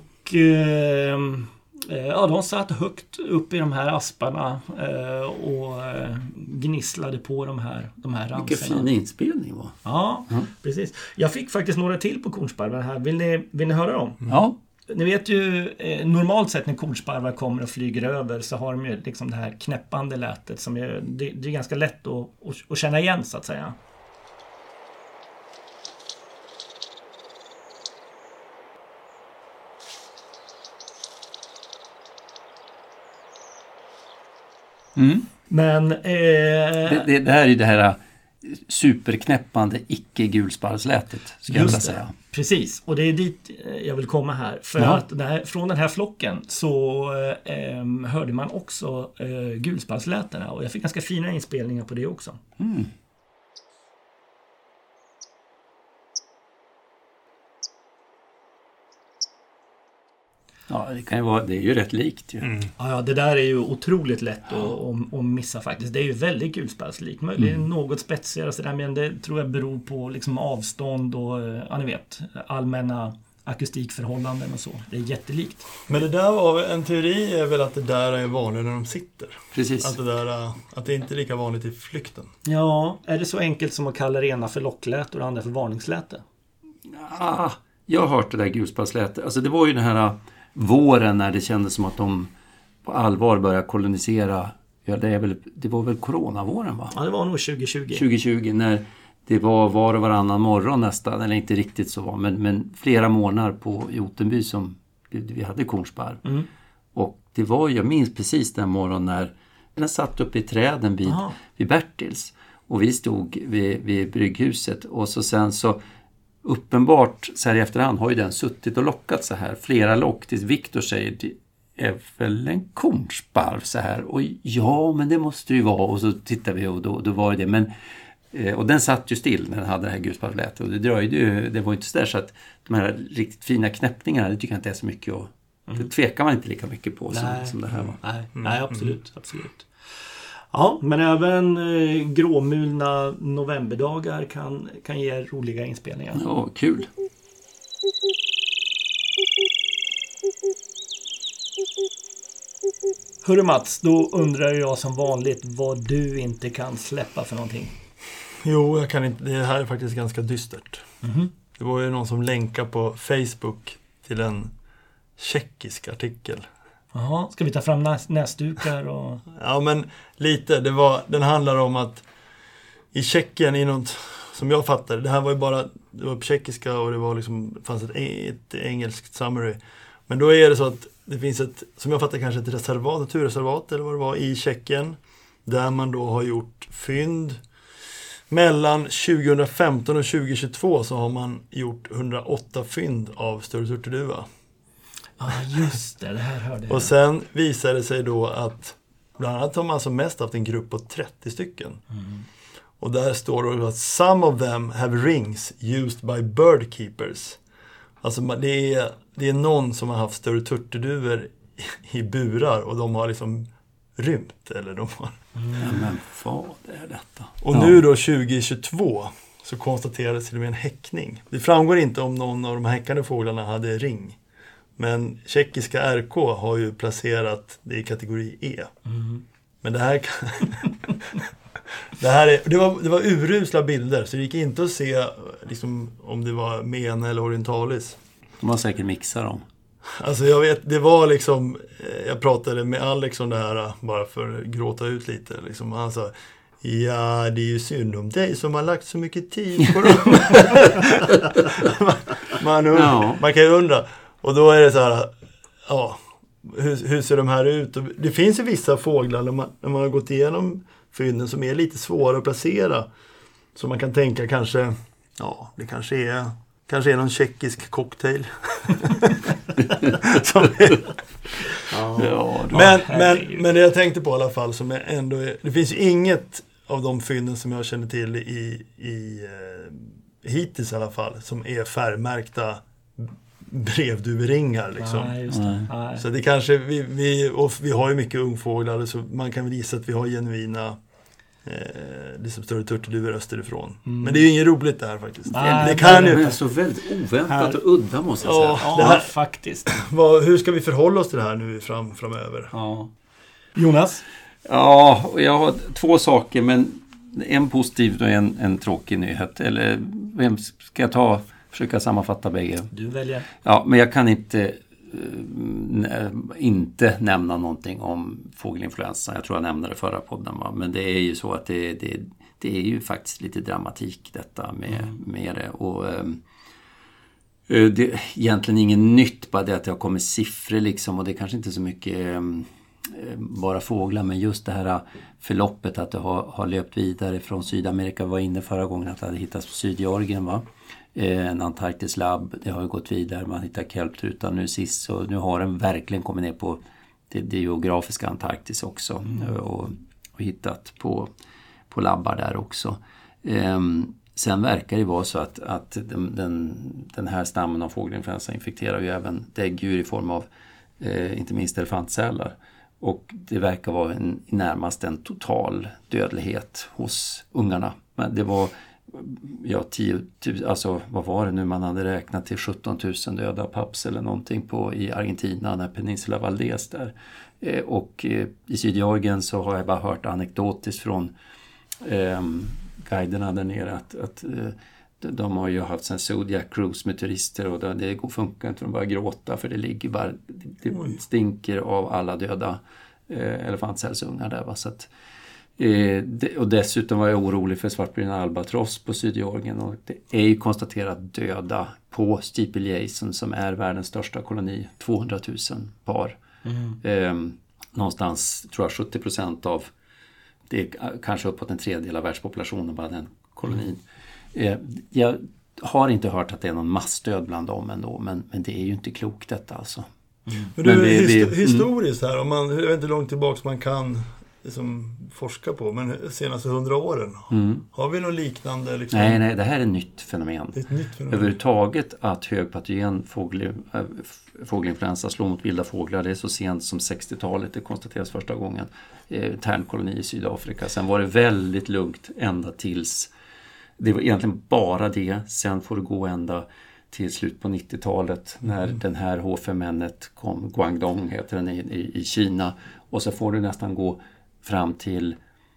de satt högt upp i de här asparna och gnisslade på de här ramsorna. Vilken fin inspelning var. Ja, precis. Jag fick faktiskt några till på kornsparvar här. Vill ni höra dem? Ja. Ni vet ju, normalt sett när kornsparvar kommer och flyger över så har de ju liksom det här knäppande lätet som det är ganska lätt att känna igen så att säga. Men det här är ju det här superknäppande icke-gulsparvslätet skulle jag vilja säga. Precis, och det är dit jag vill komma här. För att från den här flocken så hörde man också gulsparvslätena och jag fick ganska fina inspelningar på det också. Mm. Ja, det är ju rätt likt ju. Mm. Ja, det där är ju otroligt lätt att missa faktiskt. Det är ju väldigt gulsparvslikt. Möjligen något spetsigare så där, men det tror jag beror på liksom avstånd och ni vet, allmänna akustikförhållanden och så. Det är jättelikt. Men det där var en teori är väl att det där är vanligt när de sitter. Precis. Att det inte är lika vanligt i flykten. Ja, är det så enkelt som att kalla det ena för lockläte och det andra för varningsläte? Ja, jag har hört det där gulsparvslätet. Alltså det var ju den här våren när det kändes som att de på allvar började kolonisera. Ja, det var väl coronavåren va? Ja, det var nog 2020. 2020 när det var och varannan morgon nästan, eller inte riktigt så var, men flera månader på Jotenby som vi hade kornsparv. Mm. Och det var, jag minns precis den morgon när den satt uppe i träden vid Bertils. Och vi stod vid brygghuset och så sen så uppenbart så här i efterhand har ju den suttit och lockat så här. Flera lock tills Viktor säger det är väl en kornsparv så här. Och ja, men det måste ju vara. Och så tittar vi och då var det. Men, och den satt ju still när den hade det här gulsparvslätet. Och det dröjde ju, det var ju inte så där så att de här riktigt fina knäppningarna, det tycker jag inte är så mycket. Och det tvekar man inte lika mycket på som det här var. Nej, absolut. Ja, men även gråmulna novemberdagar kan ge roliga inspelningar. Ja, kul. Hörru Mats, då undrar jag som vanligt vad du inte kan släppa för någonting. Jo, jag kan inte. Det här är faktiskt ganska dystert. Mm-hmm. Det var ju någon som länkade på Facebook till en tjeckisk artikel. Jaha, ska vi ta fram näsdukar och... Ja, men lite. Den handlar om att i Tjeckien i något, som jag fattade, det här var ju bara, det var på tjeckiska och det var liksom, det fanns ett engelskt summary. Men då är det så att det finns ett, som jag fattar kanske ett reservat, naturreservat eller vad det var i Tjeckien, där man då har gjort fynd. Mellan 2015 och 2022 så har man gjort 108 fynd av större turturduva. Ja, just det här hörde jag. Och sen visade det sig då att bland annat har man alltså mest haft en grupp på 30 stycken. Mm. Och där står det att some of them have rings used by bird keepers. Alltså det är någon som har haft större turturduvor i burar och de har liksom rymt. Eller de har... Men vad är detta? Och nu då 2022 så konstaterades det med en häckning. Det framgår inte om någon av de häckande fåglarna hade ring. Men tjeckiska RK har ju placerat det i kategori E. Mm. Men det här det var urusla bilder så det gick inte att se liksom, om det var mena eller orientalis. De har säkert mixat dem. Alltså jag vet, det var liksom, jag pratade med Alex om det här bara för att gråta ut lite. Liksom. Han sa, ja det är ju synd om dig som har lagt så mycket tid på dem. Man kan ju undra. Och då är det så här, ja, hur ser de här ut? Och det finns ju vissa fåglar när man har gått igenom fynden som är lite svåra att placera. Så man kan tänka kanske, ja, det kanske är Kanske är någon tjeckisk cocktail. Men det jag tänkte på i alla fall som är ändå är, det finns inget av de fynden som jag känner till hittills i alla fall som är färgmärkta brevduveringar liksom. Nej, just det. Nej. Så det kanske vi har ju mycket ungfåglar så man kan väl gissa att vi har genuina liksom större turturduvor österifrån. Men det är ju inget roligt det här faktiskt. Det kan ju vara så väldigt oväntat och udda måste jag säga. Ja, det här faktiskt. Hur ska vi förhålla oss till det här nu framöver? Ja. Jonas? Ja, jag har 2 saker, men en positiv och en tråkig nyhet. Eller vem ska jag försöka sammanfatta bägge? Du väljer. Ja, men jag kan inte nämna någonting om fågelinfluensa. Jag tror jag nämnde det förra podden. Va? Men det är ju så att det är ju faktiskt lite dramatik detta med det. Och det är egentligen inget nytt, bara det att det har kommit siffror liksom. Och det är kanske inte så mycket bara fåglar, men just det här förloppet att det har löpt vidare från Sydamerika. Var inne förra gången att det hade hittats på Sydgeorgien, va? En Antarktis labb, det har ju gått vidare, man hittar kelptrutan nu sist, så nu har den verkligen kommit ner på det geografiska Antarktis också och hittat på labbar där också. Sen verkar det vara så att den här stammen av fågelinfluensa infekterar ju även däggdjur i form av inte minst elefantsälar. Och det verkar vara närmast en total dödlighet hos ungarna. Men det var 10 000, alltså vad var det nu man hade räknat till 17 000 döda paps eller någonting i Argentina när Peninsula Valdez där. Och i Sydgeorgien så har jag bara hört anekdotiskt från guiderna där nere att de har ju haft en Zodiac Cruise med turister och det funkar inte, de bara gråta för det ligger bara, det stinker av alla döda elefantcellsungar där, va? Så att och dessutom var jag orolig för svartbruna albatross på Sydgeorgien, och det är ju konstaterat döda på Steeple Jason som är världens största koloni, 200 000 par. Någonstans tror jag 70% av det är kanske uppåt en tredjedel av världspopulationen, bara den kolonin. Jag har inte hört att det är någon massdöd bland dem ändå, men det är ju inte klokt detta alltså. Men du, historiskt här, om man, jag vet inte hur långt tillbaka man kan liksom forska på, men de senaste 100 åren har vi något liknande liksom? Nej, det här är ett nytt fenomen. Det är ett nytt fenomen. Överhuvudtaget att högpatogen fågelinfluensa slår mot vilda fåglar, det är så sent som 60-talet det konstateras första gången. Tärnkoloni i Sydafrika. Sen var det väldigt lugnt ända tills det var egentligen bara det. Sen får det gå ända till slut på 90-talet när den här H5N kom, Guangdong heter den i Kina, och så får det nästan gå fram till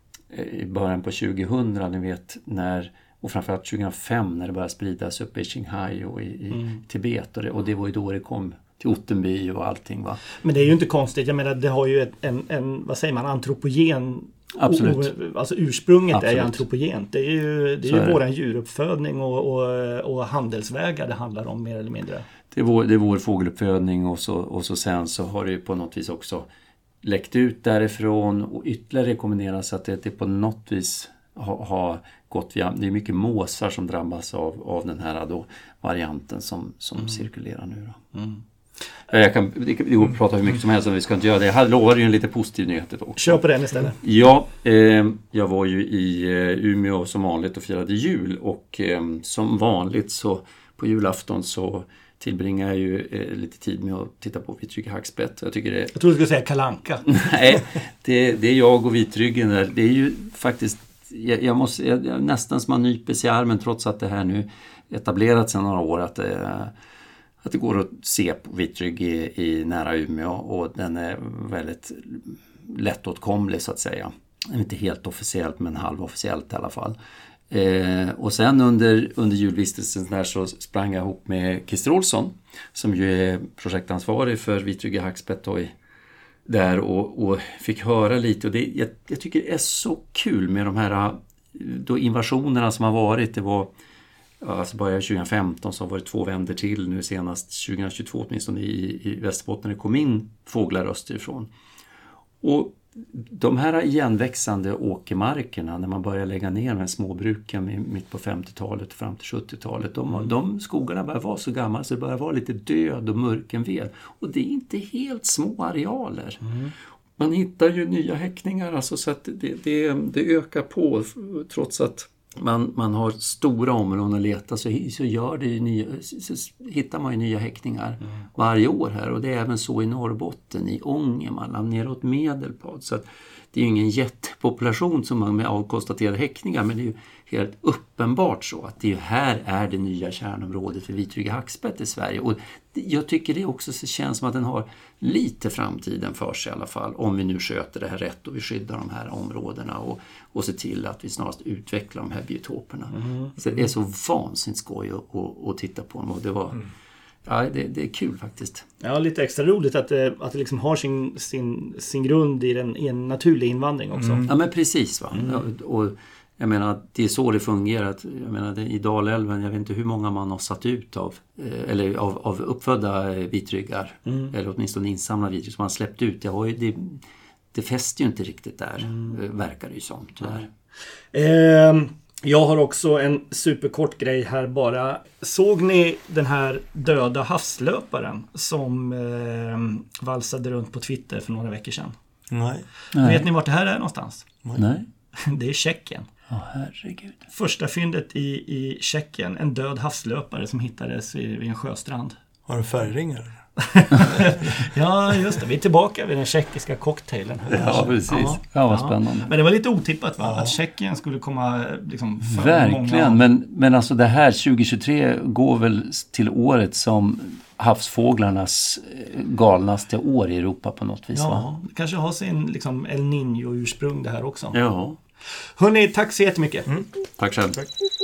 i början på 2000, ni vet, och framförallt 2005 när det började spridas upp i Qinghai och i Tibet, och det var ju då det kom till Ottenby och allting, va. Men det är ju inte konstigt, jag menar det har ju en vad säger man, antropogen. Absolut. Alltså ursprunget är ju antropogent. Det är ju våran djuruppfödning och handelsvägar det handlar om mer eller mindre. Det är vår fågeluppfödning och så sen så har det ju på något vis också läckt ut därifrån och ytterligare rekommenderas att det på något vis har gått via. Det är mycket måsar som drabbas av den här då varianten som cirkulerar nu då. Jag kan prata hur mycket som helst om vi ska inte göra det. Jag lovade ju en lite positiv nyhet också. Kör på den istället. Ja, jag var ju i Umeå som vanligt och firade jul, och som vanligt så på julafton så tillbringar jag ju lite tid med att titta på vitrygg hackspett. Jag trodde du skulle säga kalanka. Nej, det är jag och vitryggen där. Det är ju faktiskt, jag nästan som man nyper sig i armen, trots att det här nu etablerat sedan några år att det går att se på vitrygg i nära Umeå, och den är väldigt lättåtkomlig så att säga. Inte helt officiellt, men halvofficiellt i alla fall. Och sen under julvistelsen där så sprang jag ihop med Christer Olsson, som ju är projektansvarig för vitryggiga hackspett där, och fick höra lite. Och jag tycker det är så kul med de här då invasionerna som har varit. Det var alltså bara 2015 så var det 2 vänder till, nu senast 2022 åtminstone i Västerbotten det kom in fåglar österifrån. Och de här igenväxande åkermarkerna, när man börjar lägga ner de här småbruken mitt på 50-talet fram till 70-talet, de skogarna börjar vara så gamla så det börjar vara lite död och mörkenved. Och det är inte helt små arealer. Man hittar ju nya häckningar, alltså, så att det ökar på, trots att man har stora områden att leta, så gör det ju så hittar man ju nya häckningar varje år här, och det är även så i Norrbotten, i Ångermanland, neråt Medelpad, så att det är ju ingen jättepopulation som man med avkonstaterade häckningar, men det är ju helt uppenbart så att det här är det nya kärnområdet för vitryggig hackspett i Sverige, och jag tycker det också känns som att den har lite framtiden för sig i alla fall, om vi nu sköter det här rätt och vi skyddar de här områdena och ser till att vi snarast utvecklar de här biotoperna. Så det är så vansinnigt skoj att titta på dem, och det var ja, det är kul faktiskt. Ja, lite extra roligt att det liksom har sin grund i en naturlig invandring också. Ja, men precis va. Och jag menar, det är så det fungerar. Jag menar, i Dalälven, jag vet inte hur många man har satt ut av uppfödda vitryggar, eller åtminstone insamlade vitryggar som man släppt ut. Det fäster ju inte riktigt där, verkar det ju som, tyvärr. Jag har också en superkort grej här bara. Såg ni den här döda havslöparen som valsade runt på Twitter för några veckor sedan? Nej. Vet ni vart det här är någonstans? Nej. Det är Tjeckien. Herregud. Första fyndet i Tjeckien, en död havslöpare som hittades vid en sjöstrand. Har du färgringar? Ja, just det. Vi är tillbaka vid den tjeckiska cocktailen här. Ja, precis. Ja, vad spännande. Men det var lite otippat, va? Att Tjeckien skulle komma liksom för verkligen, många... men alltså det här 2023 går väl till året som havsfåglarnas galnaste år i Europa på något vis, va? Ja, det kanske har sin liksom El Niño-ursprung det här också. Ja. Hörrni, tack så jättemycket. Tack själv. Tack.